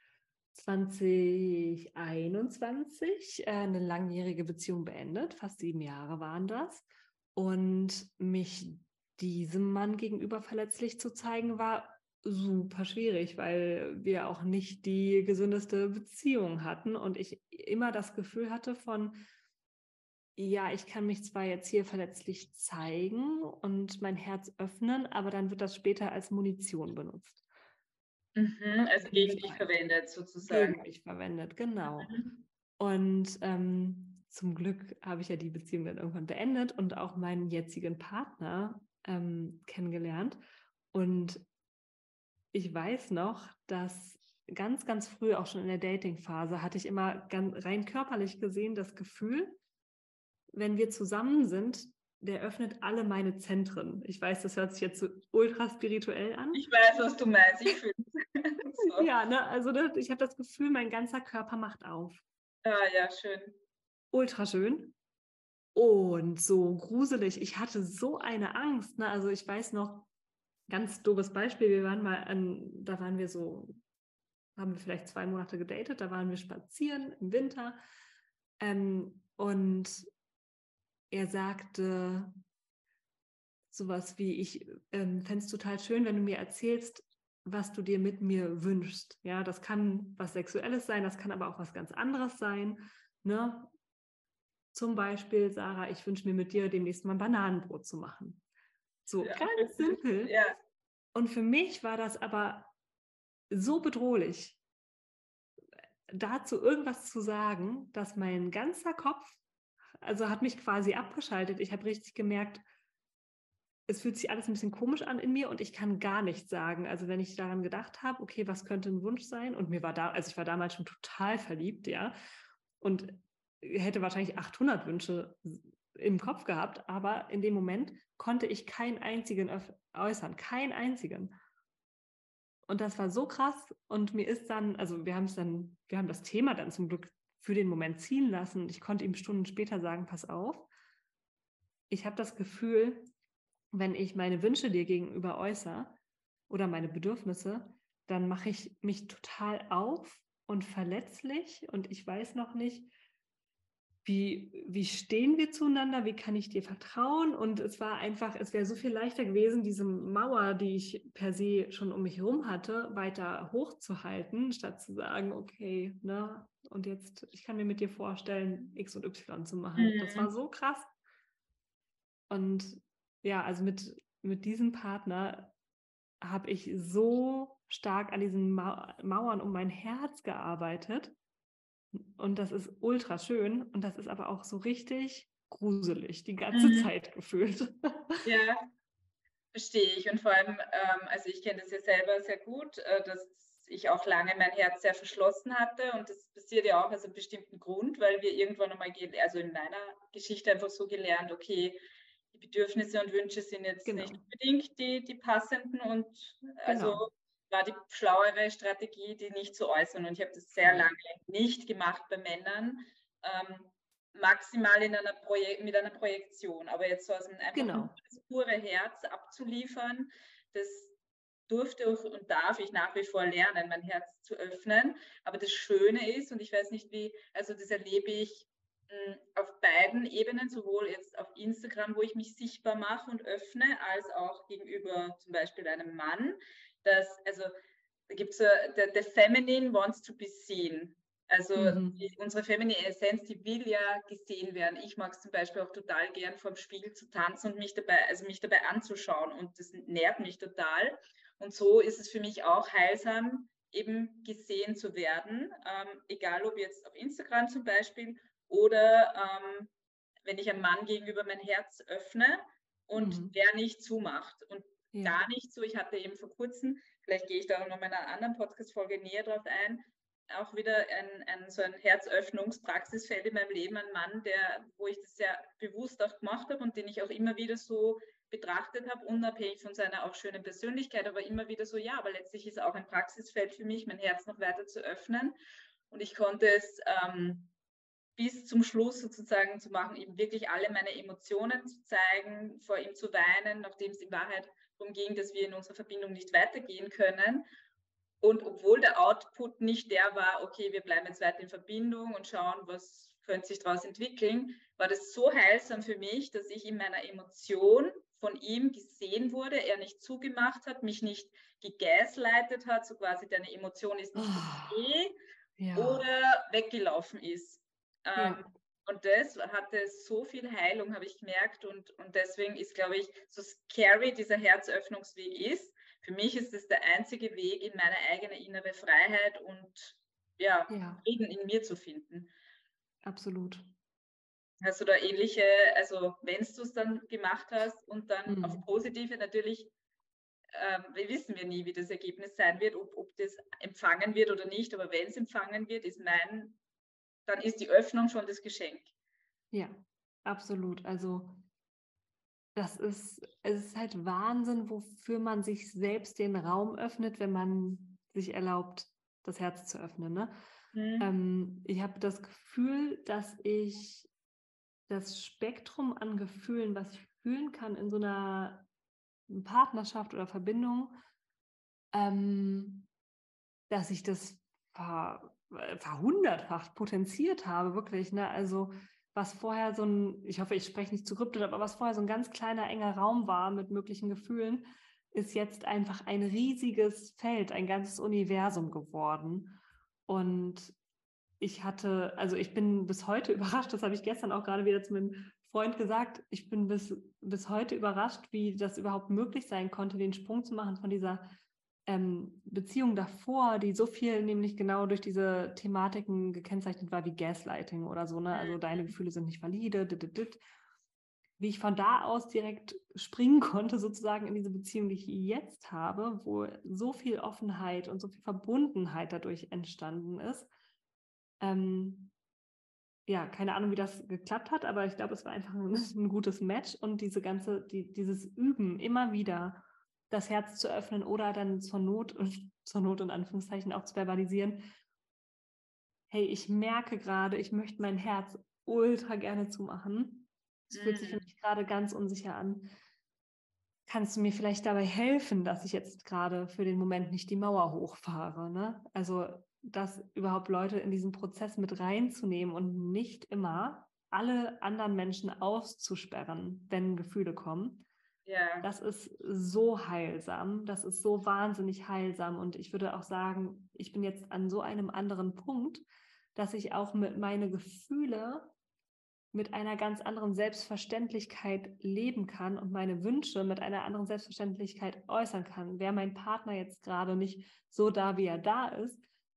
2021 eine langjährige Beziehung beendet, fast 7 Jahre waren das. Und mich diesem Mann gegenüber verletzlich zu zeigen, war super schwierig, weil wir auch nicht die gesündeste Beziehung hatten und ich immer das Gefühl hatte von, ja, ich kann mich zwar jetzt hier verletzlich zeigen und mein Herz öffnen, aber dann wird das später als Munition benutzt. Also gegen dich verwendet sozusagen. Gegen mich verwendet, genau. Und zum Glück habe ich ja die Beziehung dann irgendwann beendet und auch meinen jetzigen Partner kennengelernt. Und ich weiß noch, dass ganz, ganz früh, auch schon in der Dating-Phase, hatte ich immer rein körperlich gesehen das Gefühl, wenn wir zusammen sind, der öffnet alle meine Zentren. Ich weiß, das hört sich jetzt so ultra spirituell an. Ich weiß, was du meinst. Ich fühle es. So. Ja, ne? Also ich habe das Gefühl, mein ganzer Körper macht auf. Ah, ja, schön. Ultra schön. und so gruselig. Ich hatte so eine Angst. Ne? Also ich weiß noch, ganz doofes Beispiel, wir waren mal da waren wir so, haben wir vielleicht 2 Monate gedatet, da waren wir spazieren im Winter und er sagte sowas wie, ich fände es total schön, wenn du mir erzählst, was du dir mit mir wünschst. Ja, das kann was Sexuelles sein, das kann aber auch was ganz anderes sein. Ne? Zum Beispiel, Sarah, ich wünsche mir mit dir demnächst mal ein Bananenbrot zu machen. So Ja. ganz simpel. Ja. Und für mich war das aber so bedrohlich, dazu irgendwas zu sagen, dass mein ganzer Kopf, also hat mich quasi abgeschaltet. Ich habe richtig gemerkt, es fühlt sich alles ein bisschen komisch an in mir und ich kann gar nichts sagen. Also wenn ich daran gedacht habe, okay, was könnte ein Wunsch sein? Und also ich war damals schon total verliebt, ja, und hätte wahrscheinlich 800 Wünsche im Kopf gehabt, aber in dem Moment konnte ich keinen einzigen äußern, keinen einzigen. Und das war so krass und mir ist dann, also wir haben das Thema dann zum Glück für den Moment ziehen lassen und ich konnte ihm Stunden später sagen, pass auf, ich habe das Gefühl, wenn ich meine Wünsche dir gegenüber äußere oder meine Bedürfnisse, dann mache ich mich total auf und verletzlich und ich weiß noch nicht, wie stehen wir zueinander, wie kann ich dir vertrauen? Und es wäre so viel leichter gewesen, diese Mauer, die ich per se schon um mich herum hatte, weiter hochzuhalten, statt zu sagen, okay, ne, und jetzt, ich kann mir mit dir vorstellen, X und Y zu machen. Das war so krass. Und ja, also mit diesem Partner habe ich so stark an diesen Mauern um mein Herz gearbeitet. Und das ist ultra schön. Und das ist aber auch so richtig gruselig, die ganze Zeit gefühlt. Ja, verstehe ich. Und vor allem, also ich kenne das ja selber sehr gut, dass ich auch lange mein Herz sehr verschlossen hatte. Und das passiert ja auch aus einem bestimmten Grund, weil wir irgendwann einmal, also in meiner Geschichte einfach so gelernt, okay, die Bedürfnisse und Wünsche sind jetzt nicht unbedingt die passenden und also war die schlauere Strategie, die nicht zu äußern. Und ich habe das sehr lange nicht gemacht bei Männern. Maximal mit einer Projektion, aber jetzt so aus dem einfach nur das pure Herz abzuliefern, das durfte und darf ich nach wie vor lernen, mein Herz zu öffnen. Aber das Schöne ist, und ich weiß nicht wie, also das erlebe ich auf beiden Ebenen, sowohl jetzt auf Instagram, wo ich mich sichtbar mache und öffne, als auch gegenüber zum Beispiel einem Mann, also da gibt es so, the feminine wants to be seen. Also unsere feminine Essenz, die will ja gesehen werden. Ich mag es zum Beispiel auch total gern, vor dem Spiegel zu tanzen und mich dabei anzuschauen. Und das nährt mich total. Und so ist es für mich auch heilsam, eben gesehen zu werden. Egal ob jetzt auf Instagram zum Beispiel oder wenn ich einem Mann gegenüber mein Herz öffne und der nicht zumacht. Und gar nicht so. Ich hatte eben vor kurzem, vielleicht gehe ich da auch noch in einer anderen Podcast-Folge näher drauf ein, auch wieder so ein Herzöffnungspraxisfeld in meinem Leben, ein Mann, wo ich das sehr bewusst auch gemacht habe und den ich auch immer wieder so betrachtet habe, unabhängig von seiner auch schönen Persönlichkeit, aber immer wieder so, ja, aber letztlich ist auch ein Praxisfeld für mich, mein Herz noch weiter zu öffnen. Und ich konnte es bis zum Schluss sozusagen zu machen, eben wirklich alle meine Emotionen zu zeigen, vor ihm zu weinen, nachdem es in Wahrheit darum ging, dass wir in unserer Verbindung nicht weitergehen können. Und obwohl der Output nicht der war, okay, wir bleiben jetzt weiter in Verbindung und schauen, was könnte sich daraus entwickeln, war das so heilsam für mich, dass ich in meiner Emotion von ihm gesehen wurde, er nicht zugemacht hat, mich nicht gegaslightet hat, so quasi deine Emotion ist nicht okay oder weggelaufen ist. Und das hatte so viel Heilung, habe ich gemerkt. Und deswegen ist, glaube ich, so scary dieser Herzöffnungsweg ist. Für mich ist es der einzige Weg, in meine eigene innere Freiheit und Frieden in mir zu finden. Absolut. Hast du da ähnliche, also wenn du es dann gemacht hast und dann auf Positive natürlich, wissen wir nie, wie das Ergebnis sein wird, ob das empfangen wird oder nicht, aber wenn es empfangen wird, dann ist die Öffnung schon das Geschenk. Ja, absolut. Also es ist halt Wahnsinn, wofür man sich selbst den Raum öffnet, wenn man sich erlaubt, das Herz zu öffnen. Ne? Ich habe das Gefühl, dass ich das Spektrum an Gefühlen, was ich fühlen kann in so einer Partnerschaft oder Verbindung, dass ich das verhundertfacht potenziert habe, wirklich, ne? Also was vorher so ein, ich hoffe, ich spreche nicht zu kryptisch, aber was vorher so ein ganz kleiner, enger Raum war mit möglichen Gefühlen, ist jetzt einfach ein riesiges Feld, ein ganzes Universum geworden. Und ich bin bis heute überrascht, das habe ich gestern auch gerade wieder zu meinem Freund gesagt, ich bin bis heute überrascht, wie das überhaupt möglich sein konnte, den Sprung zu machen von dieser Beziehung davor, die so viel nämlich genau durch diese Thematiken gekennzeichnet war, wie Gaslighting oder so, ne? Also deine Gefühle sind nicht valide, wie ich von da aus direkt springen konnte, sozusagen in diese Beziehung, die ich jetzt habe, wo so viel Offenheit und so viel Verbundenheit dadurch entstanden ist. Ja, keine Ahnung, wie das geklappt hat, aber ich glaube, es war einfach ein gutes Match und dieses Üben immer wieder das Herz zu öffnen oder dann zur Not in Anführungszeichen auch zu verbalisieren. Hey, ich merke gerade, ich möchte mein Herz ultra gerne zumachen. Es fühlt sich für mich gerade ganz unsicher an. Kannst du mir vielleicht dabei helfen, dass ich jetzt gerade für den Moment nicht die Mauer hochfahre, ne? Also, dass überhaupt Leute in diesen Prozess mit reinzunehmen und nicht immer alle anderen Menschen auszusperren, wenn Gefühle kommen. Ja. Das ist so heilsam, das ist so wahnsinnig heilsam und ich würde auch sagen, ich bin jetzt an so einem anderen Punkt, dass ich auch mit meine Gefühle mit einer ganz anderen Selbstverständlichkeit leben kann und meine Wünsche mit einer anderen Selbstverständlichkeit äußern kann. Wäre mein Partner jetzt gerade nicht so da, wie er da ist,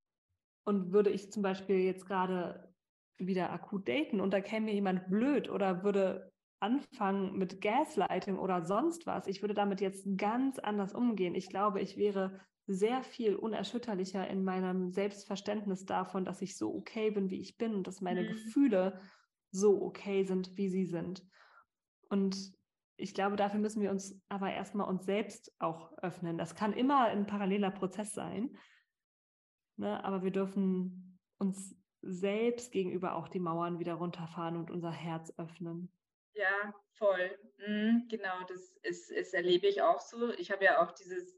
und würde ich zum Beispiel jetzt gerade wieder akut daten und da käme mir jemand blöd oder würde anfangen mit Gaslighting oder sonst was, ich würde damit jetzt ganz anders umgehen. Ich glaube, ich wäre sehr viel unerschütterlicher in meinem Selbstverständnis davon, dass ich so okay bin, wie ich bin und dass meine Gefühle so okay sind, wie sie sind. Und ich glaube, dafür müssen wir uns aber erstmal uns selbst auch öffnen. Das kann immer ein paralleler Prozess sein, ne? Aber wir dürfen uns selbst gegenüber auch die Mauern wieder runterfahren und unser Herz öffnen. Ja, voll. Genau, das erlebe ich auch so. Ich habe ja auch dieses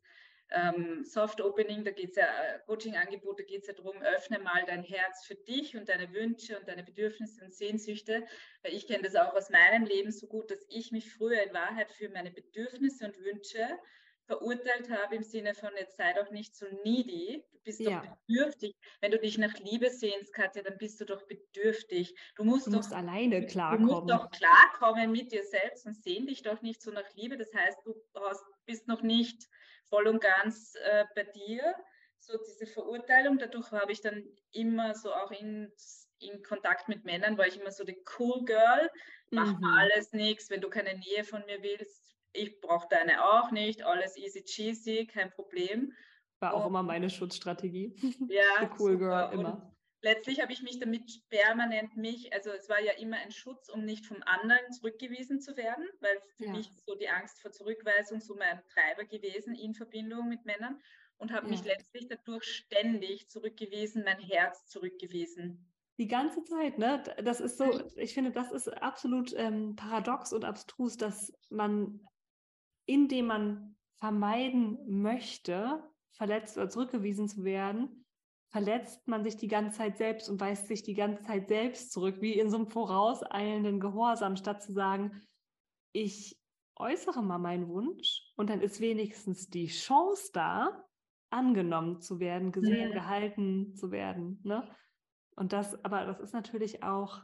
Soft Opening, da geht es ja, Coaching-Angebot, da geht es ja darum, öffne mal dein Herz für dich und deine Wünsche und deine Bedürfnisse und Sehnsüchte. Weil ich kenne das auch aus meinem Leben so gut, dass ich mich früher in Wahrheit für meine Bedürfnisse und Wünsche verurteilt habe, im Sinne von, jetzt sei doch nicht so needy, du bist doch bedürftig. Wenn du dich nach Liebe sehnst, Katja, dann bist du doch bedürftig. Du musst alleine Du klarkommen. musst doch klarkommen mit dir selbst und sehn dich doch nicht so nach Liebe. Das heißt, du bist noch nicht voll und ganz bei dir. So diese Verurteilung, dadurch habe ich dann immer so auch in Kontakt mit Männern, war ich immer so die Cool Girl, mach mal alles nichts, wenn du keine Nähe von mir willst, ich brauche deine auch nicht, alles easy cheesy, kein Problem. War auch immer meine Schutzstrategie. Ja, the cool super. girl, immer. Und letztlich habe ich mich damit permanent also es war ja immer ein Schutz, um nicht vom anderen zurückgewiesen zu werden, weil für mich so die Angst vor Zurückweisung so mein Treiber gewesen in Verbindung mit Männern und habe mich letztlich dadurch ständig zurückgewiesen, mein Herz zurückgewiesen. Die ganze Zeit, ne? Das ist so, ich finde, das ist absolut paradox und abstrus, dass man, indem man vermeiden möchte, verletzt oder zurückgewiesen zu werden, verletzt man sich die ganze Zeit selbst und weist sich die ganze Zeit selbst zurück, wie in so einem vorauseilenden Gehorsam, statt zu sagen, ich äußere mal meinen Wunsch und dann ist wenigstens die Chance da, angenommen zu werden, gesehen, gehalten zu werden, ne? Und das ist natürlich auch,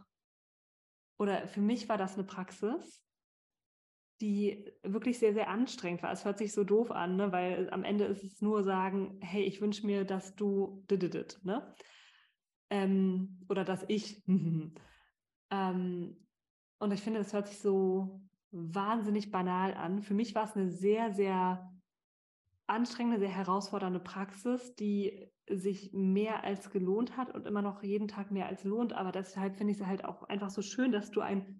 oder für mich war das eine Praxis, die wirklich sehr, sehr anstrengend war. Es hört sich so doof an, ne? Weil am Ende ist es nur sagen, hey, ich wünsche mir, dass du ne? Oder dass ich. Und ich finde, das hört sich so wahnsinnig banal an. Für mich war es eine sehr, sehr anstrengende, sehr herausfordernde Praxis, die sich mehr als gelohnt hat und immer noch jeden Tag mehr als lohnt. Aber deshalb finde ich es halt auch einfach so schön, dass du ein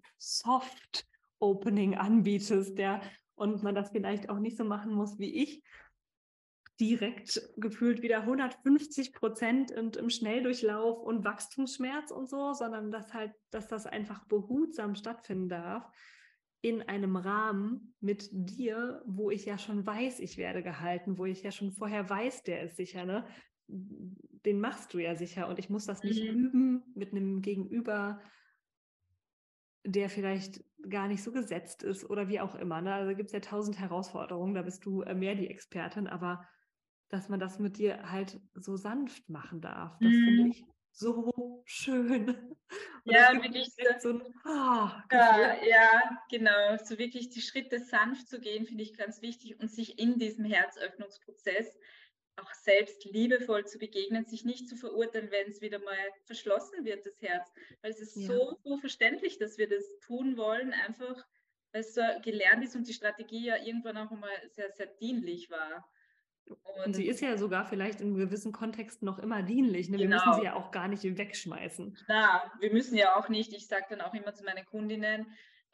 Soft-Opening anbietest, und man das vielleicht auch nicht so machen muss wie ich, direkt gefühlt wieder 150% und im Schnelldurchlauf und Wachstumsschmerz und so, sondern dass das einfach behutsam stattfinden darf in einem Rahmen mit dir, wo ich ja schon weiß, ich werde gehalten, wo ich ja schon vorher weiß, der ist sicher, ne? Den machst du ja sicher und ich muss das nicht üben mit einem Gegenüber, der vielleicht gar nicht so gesetzt ist oder wie auch immer. Ne? Also gibt es ja 1000 Herausforderungen, da bist du mehr die Expertin, aber dass man das mit dir halt so sanft machen darf, das finde ich so schön. Und das Ja, gibt mir wirklich direkt so ein Ja, Gefühl. ja, genau. So wirklich die Schritte sanft zu gehen, finde ich ganz wichtig und sich in diesem Herzöffnungsprozess auch selbst liebevoll zu begegnen, sich nicht zu verurteilen, wenn es wieder mal verschlossen wird, das Herz. Weil es ist Ja. so verständlich, dass wir das tun wollen, einfach weil es so gelernt ist und die Strategie ja irgendwann auch einmal sehr, sehr dienlich war. Und sie Und ist ja sogar vielleicht in gewissen Kontexten noch immer dienlich. Ne? Wir müssen sie genau. ja auch gar nicht wegschmeißen. Na, wir müssen ja auch nicht, ich sage dann auch immer zu meinen Kundinnen,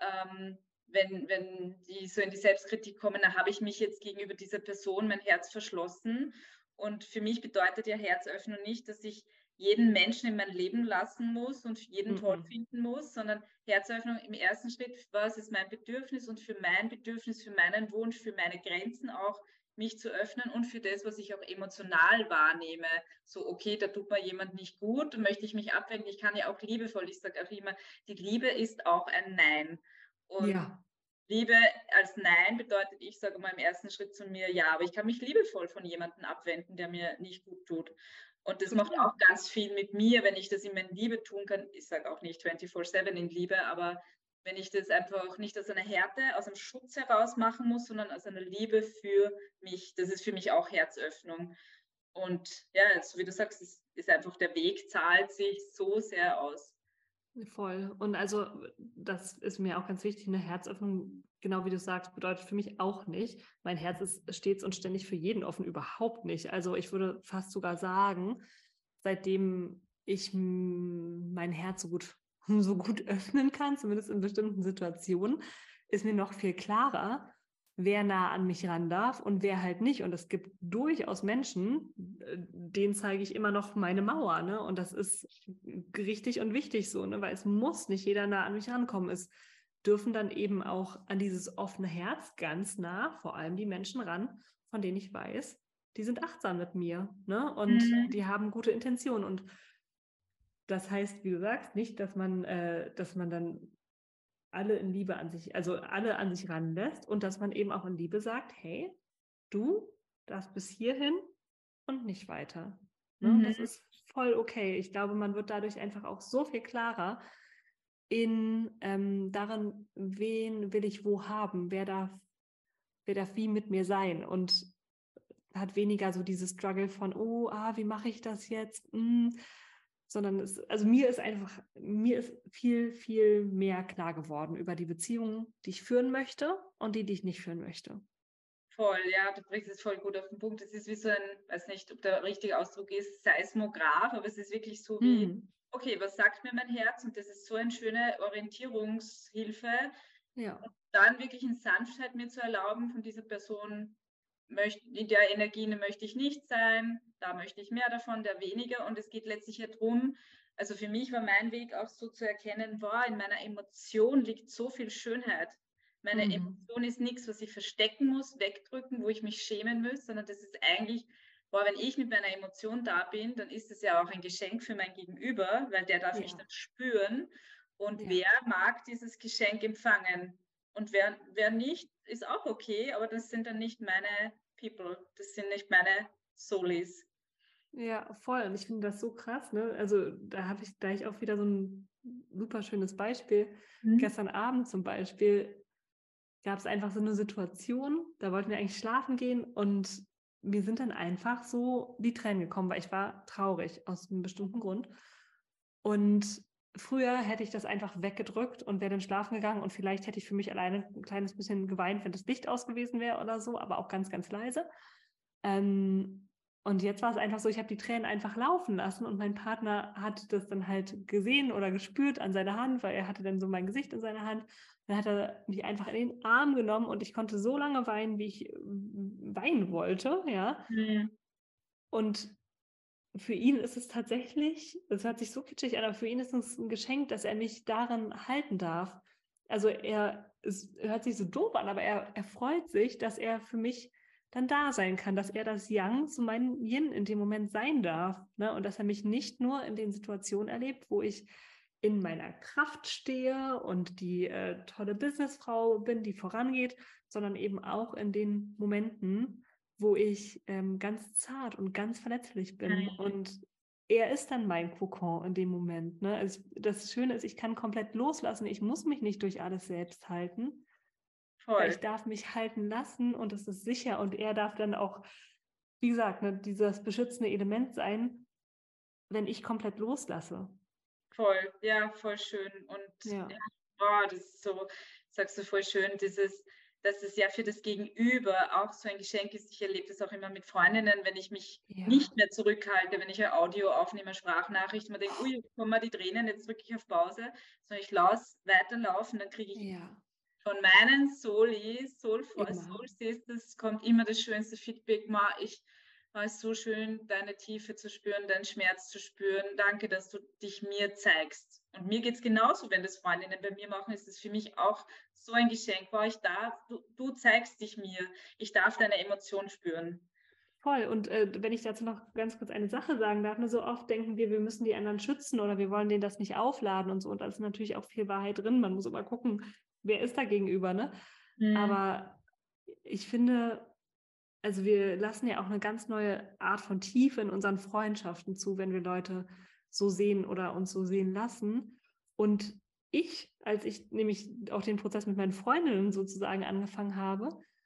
wenn die so in die Selbstkritik kommen, dann habe ich mich jetzt gegenüber dieser Person mein Herz verschlossen. Und für mich bedeutet ja Herzöffnung nicht, dass ich jeden Menschen in mein Leben lassen muss und jeden toll finden muss, sondern Herzöffnung im ersten Schritt, was ist mein Bedürfnis und für mein Bedürfnis, für meinen Wunsch, für meine Grenzen auch mich zu öffnen und für das, was ich auch emotional wahrnehme. So, okay, da tut mir jemand nicht gut, möchte ich mich abwenden. Ich kann ja auch liebevoll, ich sage auch immer, die Liebe ist auch ein Nein. Und Ja. Liebe als Nein bedeutet, ich sage mal im ersten Schritt zu mir, ja, aber ich kann mich liebevoll von jemandem abwenden, der mir nicht gut tut. Und das macht auch ganz viel mit mir, wenn ich das in meiner Liebe tun kann. Ich sage auch nicht 24/7 in Liebe, aber wenn ich das einfach nicht aus einer Härte, aus einem Schutz heraus machen muss, sondern aus einer Liebe für mich. Das ist für mich auch Herzöffnung. Und ja, so wie du sagst, es ist einfach der Weg, zahlt sich so sehr aus. Voll. Und also das ist mir auch ganz wichtig, eine Herzöffnung, genau wie du sagst, bedeutet für mich auch nicht, mein Herz ist stets und ständig für jeden offen, überhaupt nicht. Also ich würde fast sogar sagen, seitdem ich mein Herz so gut öffnen kann, zumindest in bestimmten Situationen, ist mir noch viel klarer, wer nah an mich ran darf und wer halt nicht. Und es gibt durchaus Menschen, denen zeige ich immer noch meine Mauer, ne? Und das ist richtig und wichtig so, ne? Weil es muss nicht jeder nah an mich rankommen. Es dürfen dann eben auch an dieses offene Herz ganz nah, vor allem die Menschen ran, von denen ich weiß, die sind achtsam mit mir, ne? Und die haben gute Intentionen. Und das heißt, wie du sagst, nicht, dass man dann alle in Liebe an sich, also alle an sich ranlässt und dass man eben auch in Liebe sagt, hey, du darfst bis hierhin und nicht weiter. Ne? Das ist voll okay. Ich glaube, man wird dadurch einfach auch so viel klarer in darin, wen will ich wo haben, wer darf wie mit mir sein und hat weniger so dieses Struggle von, wie mache ich das jetzt? Sondern also mir ist viel, viel mehr klar geworden über die Beziehungen, die ich führen möchte und die ich nicht führen möchte. Voll, ja, du bringst es voll gut auf den Punkt. Es ist wie so ein, weiß nicht, ob der richtige Ausdruck ist, Seismograph, aber es ist wirklich so wie, okay, was sagt mir mein Herz? Und das ist so eine schöne Orientierungshilfe. Ja. Und dann wirklich in Sanftheit mir zu erlauben, von dieser Person, in der Energie möchte ich nicht sein, da möchte ich mehr davon, der weniger. Und es geht letztlich ja darum, also für mich war mein Weg auch so zu erkennen, boah, in meiner Emotion liegt so viel Schönheit. Meine Emotion ist nichts, was ich verstecken muss, wegdrücken, wo ich mich schämen muss, sondern das ist eigentlich, boah, wenn ich mit meiner Emotion da bin, dann ist es ja auch ein Geschenk für mein Gegenüber, weil der darf mich dann spüren. Und wer mag dieses Geschenk empfangen? Und wer nicht, ist auch okay, aber das sind dann nicht meine People, das sind nicht meine Soulies. Ja, voll. Und ich finde das so krass, ne? Also da habe ich gleich auch wieder so ein super schönes Beispiel. Gestern Abend zum Beispiel gab es einfach so eine Situation, da wollten wir eigentlich schlafen gehen und mir sind dann einfach so die Tränen gekommen, weil ich war traurig aus einem bestimmten Grund. Und früher hätte ich das einfach weggedrückt und wäre dann schlafen gegangen und vielleicht hätte ich für mich alleine ein kleines bisschen geweint, wenn das Licht aus gewesen wäre oder so, aber auch ganz, ganz leise. Und jetzt war es einfach so, ich habe die Tränen einfach laufen lassen und mein Partner hat das dann halt gesehen oder gespürt an seiner Hand, weil er hatte dann so mein Gesicht in seiner Hand. Dann hat er mich einfach in den Arm genommen und ich konnte so lange weinen, wie ich weinen wollte, ja. Mhm. Und für ihn ist es tatsächlich, es hört sich so kitschig an, aber für ihn ist es ein Geschenk, dass er mich darin halten darf. Also es hört sich so doof an, aber er freut sich, dass er für mich dann da sein kann, dass er das Yang zu meinem Yin in dem Moment sein darf, ne? Und dass er mich nicht nur in den Situationen erlebt, wo ich in meiner Kraft stehe und die tolle Businessfrau bin, die vorangeht, sondern eben auch in den Momenten, wo ich ganz zart und ganz verletzlich bin. Und er ist dann mein Kokon in dem Moment. Ne? Also das Schöne ist, ich kann komplett loslassen. Ich muss mich nicht durch alles selbst halten, weil ich darf mich halten lassen und es ist sicher. Und er darf dann auch, wie gesagt, ne, dieses beschützende Element sein, wenn ich komplett loslasse. Voll, ja, voll schön. Und Ja. Oh, das ist so, sagst du voll schön, dass es ja für das Gegenüber auch so ein Geschenk ist. Ich erlebe das auch immer mit Freundinnen, wenn ich mich nicht mehr zurückhalte, wenn ich ein Audio aufnehme, Sprachnachricht, man denkt, ui, kommen mal die Tränen, jetzt drücke ich auf Pause, sondern ich lasse weiterlaufen, dann kriege ich von meinen Soul Sisters kommt immer das schönste Feedback, war es so schön, deine Tiefe zu spüren, deinen Schmerz zu spüren. Danke, dass du dich mir zeigst. Und mir geht es genauso, wenn das Freundinnen bei mir machen, ist es für mich auch so ein Geschenk. Du zeigst dich mir. Ich darf deine Emotion spüren. Voll. Und wenn ich dazu noch ganz kurz eine Sache sagen darf, so oft denken wir müssen die anderen schützen oder wir wollen denen das nicht aufladen und so. Und da ist natürlich auch viel Wahrheit drin. Man muss immer gucken, wer ist da gegenüber, ne? Aber ich finde, also wir lassen ja auch eine ganz neue Art von Tiefe in unseren Freundschaften zu, wenn wir Leute so sehen oder uns so sehen lassen. Und als ich nämlich auch den Prozess mit meinen Freundinnen sozusagen angefangen habe,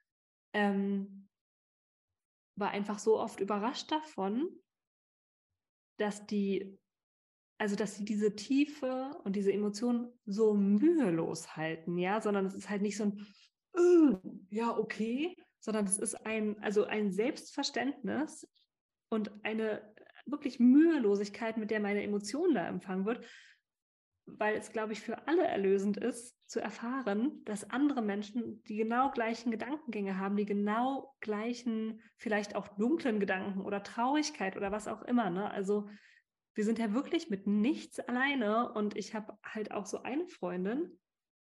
war einfach so oft überrascht davon, dass sie diese Tiefe und diese Emotionen so mühelos halten, ja, sondern es ist halt nicht so ein, ja, okay, sondern es ist ein Selbstverständnis und eine wirklich Mühelosigkeit, mit der meine Emotion da empfangen wird, weil es, glaube ich, für alle erlösend ist, zu erfahren, dass andere Menschen die genau gleichen Gedankengänge haben, die genau gleichen, vielleicht auch dunklen Gedanken oder Traurigkeit oder was auch immer, ne? Also wir sind ja wirklich mit nichts alleine und ich habe halt auch so eine Freundin,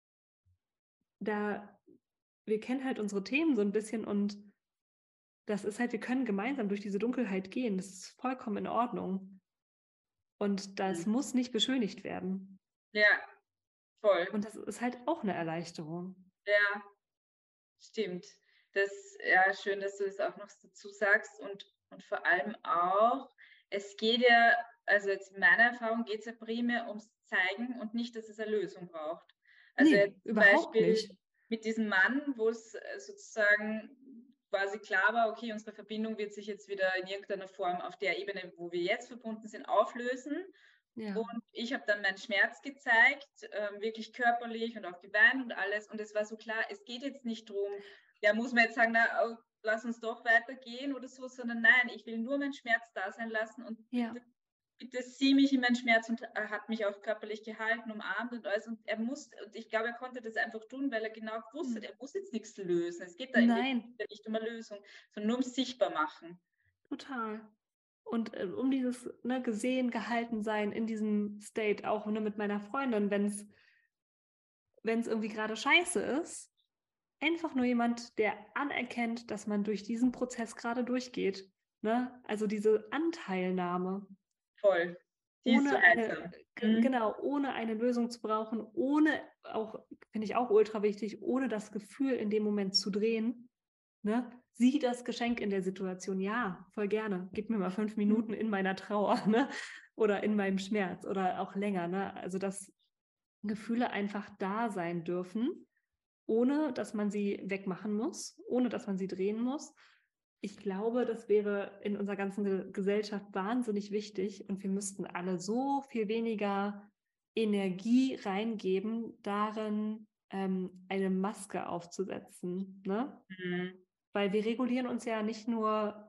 wir kennen halt unsere Themen so ein bisschen und das ist halt, wir können gemeinsam durch diese Dunkelheit gehen, das ist vollkommen in Ordnung und das muss nicht beschönigt werden. Ja, voll. Und das ist halt auch eine Erleichterung. Ja, stimmt. Schön, dass du das auch noch dazu sagst und vor allem auch, es geht ja, also jetzt in meiner Erfahrung geht es ja primär ums Zeigen und nicht, dass es eine Lösung braucht. Also Nee, überhaupt nicht. Mit diesem Mann, wo es sozusagen quasi klar war, okay, unsere Verbindung wird sich jetzt wieder in irgendeiner Form auf der Ebene, wo wir jetzt verbunden sind, auflösen. Ja. Und ich habe dann meinen Schmerz gezeigt, wirklich körperlich und auch geweint und alles. Und es war so klar, es geht jetzt nicht darum, muss man jetzt sagen, na, lass uns doch weitergehen oder so, sondern nein, ich will nur meinen Schmerz da sein lassen und bitte sieh mich in meinen Schmerz und er hat mich auch körperlich gehalten, umarmt und alles. Und ich glaube, er konnte das einfach tun, weil er genau wusste, er muss jetzt nichts lösen. Es geht da nicht um eine Lösung, sondern nur ums Sichtbarmachen. Total. Und um dieses gesehen, gehalten sein in diesem State, auch mit meiner Freundin, wenn es irgendwie gerade scheiße ist, einfach nur jemand, der anerkennt, dass man durch diesen Prozess gerade durchgeht. Ne? Also diese Anteilnahme. Voll. Ohne eine Lösung zu brauchen, ohne auch, finde ich auch ultra wichtig, ohne das Gefühl in dem Moment zu drehen. Ne? Sieh das Geschenk in der Situation. Ja, voll gerne. Gib mir mal 5 Minuten in meiner Trauer, ne? Oder in meinem Schmerz oder auch länger. Ne? Also, dass Gefühle einfach da sein dürfen, ohne dass man sie wegmachen muss, ohne dass man sie drehen muss. Ich glaube, das wäre in unserer ganzen Gesellschaft wahnsinnig wichtig und wir müssten alle so viel weniger Energie reingeben, darin eine Maske aufzusetzen. Ne? Weil wir regulieren uns ja nicht nur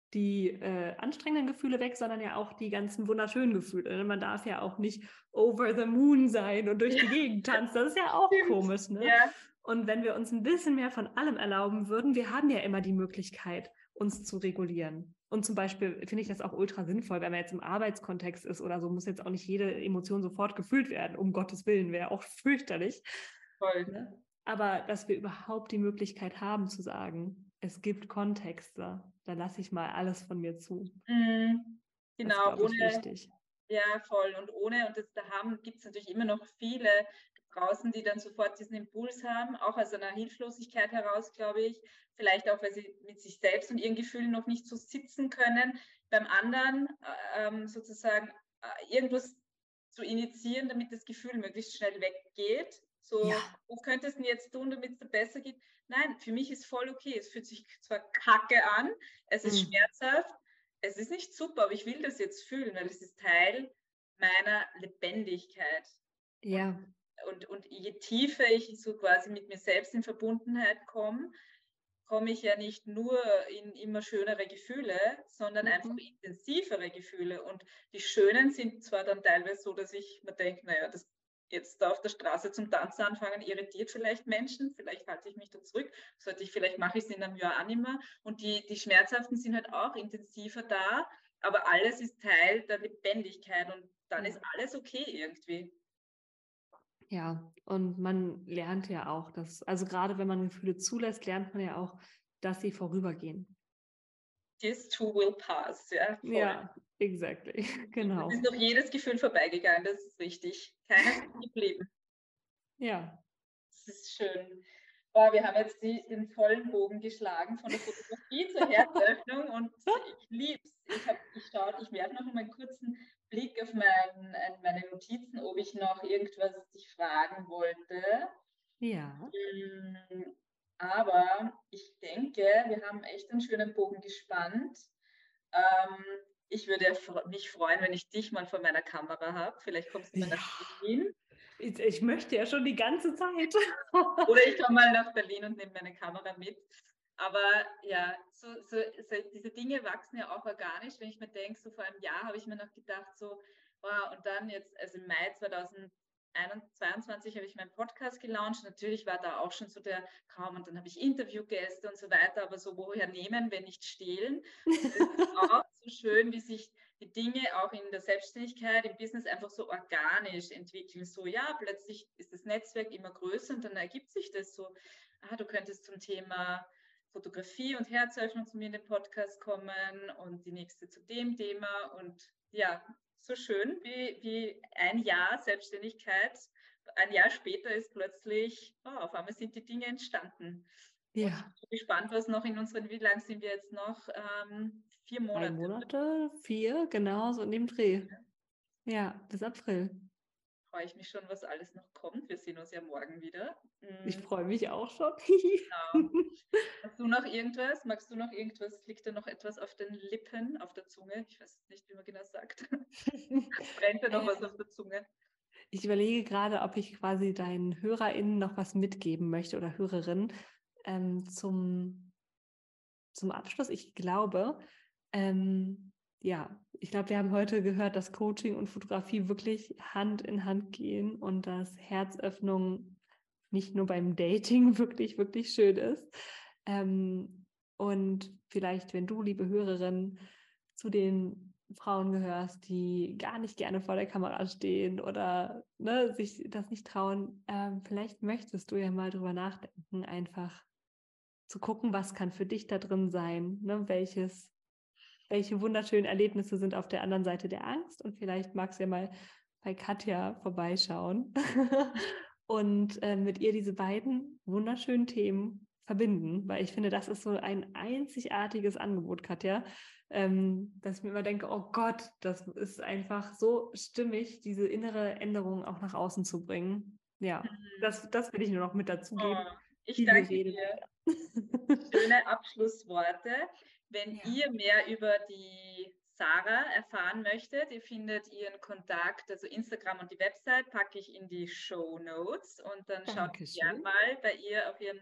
die anstrengenden Gefühle weg, sondern ja auch die ganzen wunderschönen Gefühle. Man darf ja auch nicht over the moon sein und durch die Gegend tanzen. Das ist ja auch komisch, ne? Ja. Und wenn wir uns ein bisschen mehr von allem erlauben würden, wir haben ja immer die Möglichkeit, uns zu regulieren. Und zum Beispiel finde ich das auch ultra sinnvoll, wenn man jetzt im Arbeitskontext ist oder so, muss jetzt auch nicht jede Emotion sofort gefühlt werden. Um Gottes Willen, wäre auch fürchterlich. Voll. Ne? Aber dass wir überhaupt die Möglichkeit haben zu sagen, es gibt Kontexte, da lasse ich mal alles von mir zu. Genau, das glaube ich wichtig. Ja, voll. Und gibt es natürlich immer noch viele draußen, die dann sofort diesen Impuls haben, auch aus einer Hilflosigkeit heraus, glaube ich. Vielleicht auch, weil sie mit sich selbst und ihren Gefühlen noch nicht so sitzen können. Beim anderen sozusagen irgendwas zu initiieren, damit das Gefühl möglichst schnell weggeht. So, was könntest du jetzt tun, damit es dir besser geht? Nein, für mich ist voll okay. Es fühlt sich zwar kacke an, es ist schmerzhaft, es ist nicht super, aber ich will das jetzt fühlen, weil es ist Teil meiner Lebendigkeit. Ja. Und je tiefer ich so quasi mit mir selbst in Verbundenheit komme ich ja nicht nur in immer schönere Gefühle, sondern einfach intensivere Gefühle. Und die schönen sind zwar dann teilweise so, dass ich mir denke, naja, das jetzt da auf der Straße zum Tanzen anfangen, irritiert vielleicht Menschen, vielleicht halte ich mich da zurück, mache ich es in einem Jahr auch nicht mehr. Und die schmerzhaften sind halt auch intensiver da, aber alles ist Teil der Lebendigkeit und dann ist alles okay irgendwie. Ja, und man lernt ja auch, also gerade wenn man Gefühle zulässt, lernt man ja auch, dass sie vorübergehen. This too will pass, ja. Voll. Ja, exactly, genau. Es ist noch jedes Gefühl vorbeigegangen, das ist richtig. Keines ist geblieben. Ja. Das ist schön. Boah, wir haben jetzt den vollen Bogen geschlagen von der Fotografie zur Herzöffnung und ich liebe es. Ich werfe noch mal einen kurzen Blick auf meine Notizen, ob ich noch irgendwas dich fragen wollte. Ja. Aber ich denke, wir haben echt einen schönen Bogen gespannt. Ich würde mich freuen, wenn ich dich mal vor meiner Kamera habe. Vielleicht kommst du mal nach Berlin. Ich möchte ja schon die ganze Zeit. Oder ich komme mal nach Berlin und nehme meine Kamera mit. Aber ja, so diese Dinge wachsen ja auch organisch. Wenn ich mir denke, so vor einem Jahr habe ich mir noch gedacht, so, wow, und dann jetzt, also im Mai 2022 habe ich meinen Podcast gelauncht. Natürlich war da auch schon so der Traum und dann habe ich Interviewgäste und so weiter, aber so woher nehmen, wenn nicht stehlen. Es ist auch so schön, wie sich die Dinge auch in der Selbstständigkeit, im Business einfach so organisch entwickeln. So, ja, plötzlich ist das Netzwerk immer größer und dann ergibt sich das so, du könntest zum Thema Fotografie und Herzöffnung zu mir in den Podcast kommen und die nächste zu dem Thema und ja, so schön wie ein Jahr Selbstständigkeit. Ein Jahr später ist plötzlich, auf einmal sind die Dinge entstanden. Ja. Und ich bin gespannt, was noch wie lang sind wir jetzt noch? 4 Monate. 3 Monate, 4, genau, so in dem Dreh. Ja, bis April. Freue ich mich schon, was alles noch kommt. Wir sehen uns ja morgen wieder. Ich freue mich auch schon. Genau. Magst du noch irgendwas? Liegt da noch etwas auf den Lippen, auf der Zunge? Ich weiß nicht, wie man genau sagt. Brennt da noch was auf der Zunge? Ich überlege gerade, ob ich quasi deinen HörerInnen noch was mitgeben möchte oder Hörerinnen zum Abschluss. Ich glaube, wir haben heute gehört, dass Coaching und Fotografie wirklich Hand in Hand gehen und dass Herzöffnung nicht nur beim Dating wirklich, wirklich schön ist. Und vielleicht, wenn du, liebe Hörerin, zu den Frauen gehörst, die gar nicht gerne vor der Kamera stehen oder sich das nicht trauen, vielleicht möchtest du ja mal drüber nachdenken, einfach zu gucken, was kann für dich da drin sein, ne? Welche wunderschönen Erlebnisse sind auf der anderen Seite der Angst und vielleicht magst du ja mal bei Katja vorbeischauen und mit ihr diese beiden wunderschönen Themen verbinden, weil ich finde, das ist so ein einzigartiges Angebot, Katja, dass ich mir immer denke, oh Gott, das ist einfach so stimmig, diese innere Änderung auch nach außen zu bringen. Ja, das will ich nur noch mit dazugeben. Ich danke dir. Schöne Abschlussworte. Wenn ihr mehr über die Sarah erfahren möchtet, ihr findet ihren Kontakt, also Instagram und die Website packe ich in die Shownotes und dann schaut gerne mal bei ihr auf ihren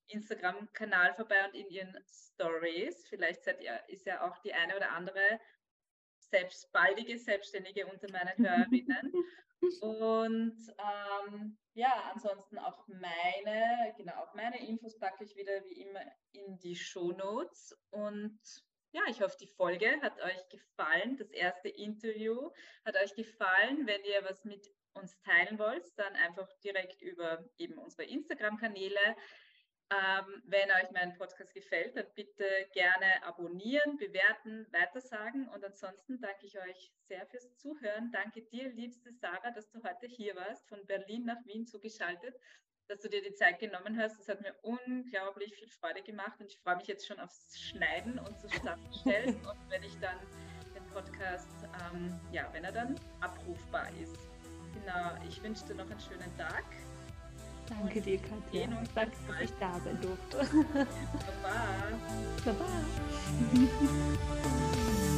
Instagram-Kanal vorbei und in ihren Stories. Vielleicht ist ja auch die eine oder andere baldige Selbstständige unter meinen Hörerinnen. Und ansonsten auch meine Infos packe ich wieder wie immer in die Shownotes. Und ja, ich hoffe, die Folge hat euch gefallen. Das erste Interview hat euch gefallen. Wenn ihr was mit uns teilen wollt, dann einfach direkt über eben unsere Instagram-Kanäle. Wenn euch mein Podcast gefällt, dann bitte gerne abonnieren, bewerten, weitersagen. Und ansonsten danke ich euch sehr fürs Zuhören. Danke dir, liebste Sarah, dass du heute hier warst, von Berlin nach Wien zugeschaltet, dass du dir die Zeit genommen hast. Das hat mir unglaublich viel Freude gemacht und ich freue mich jetzt schon aufs Schneiden und zusammenstellen und wenn ich dann den Podcast, wenn er dann abrufbar ist. Genau, ich wünsche dir noch einen schönen Tag. Danke dir, Katja. Danke, dass ich da sein durfte. Baba. Baba.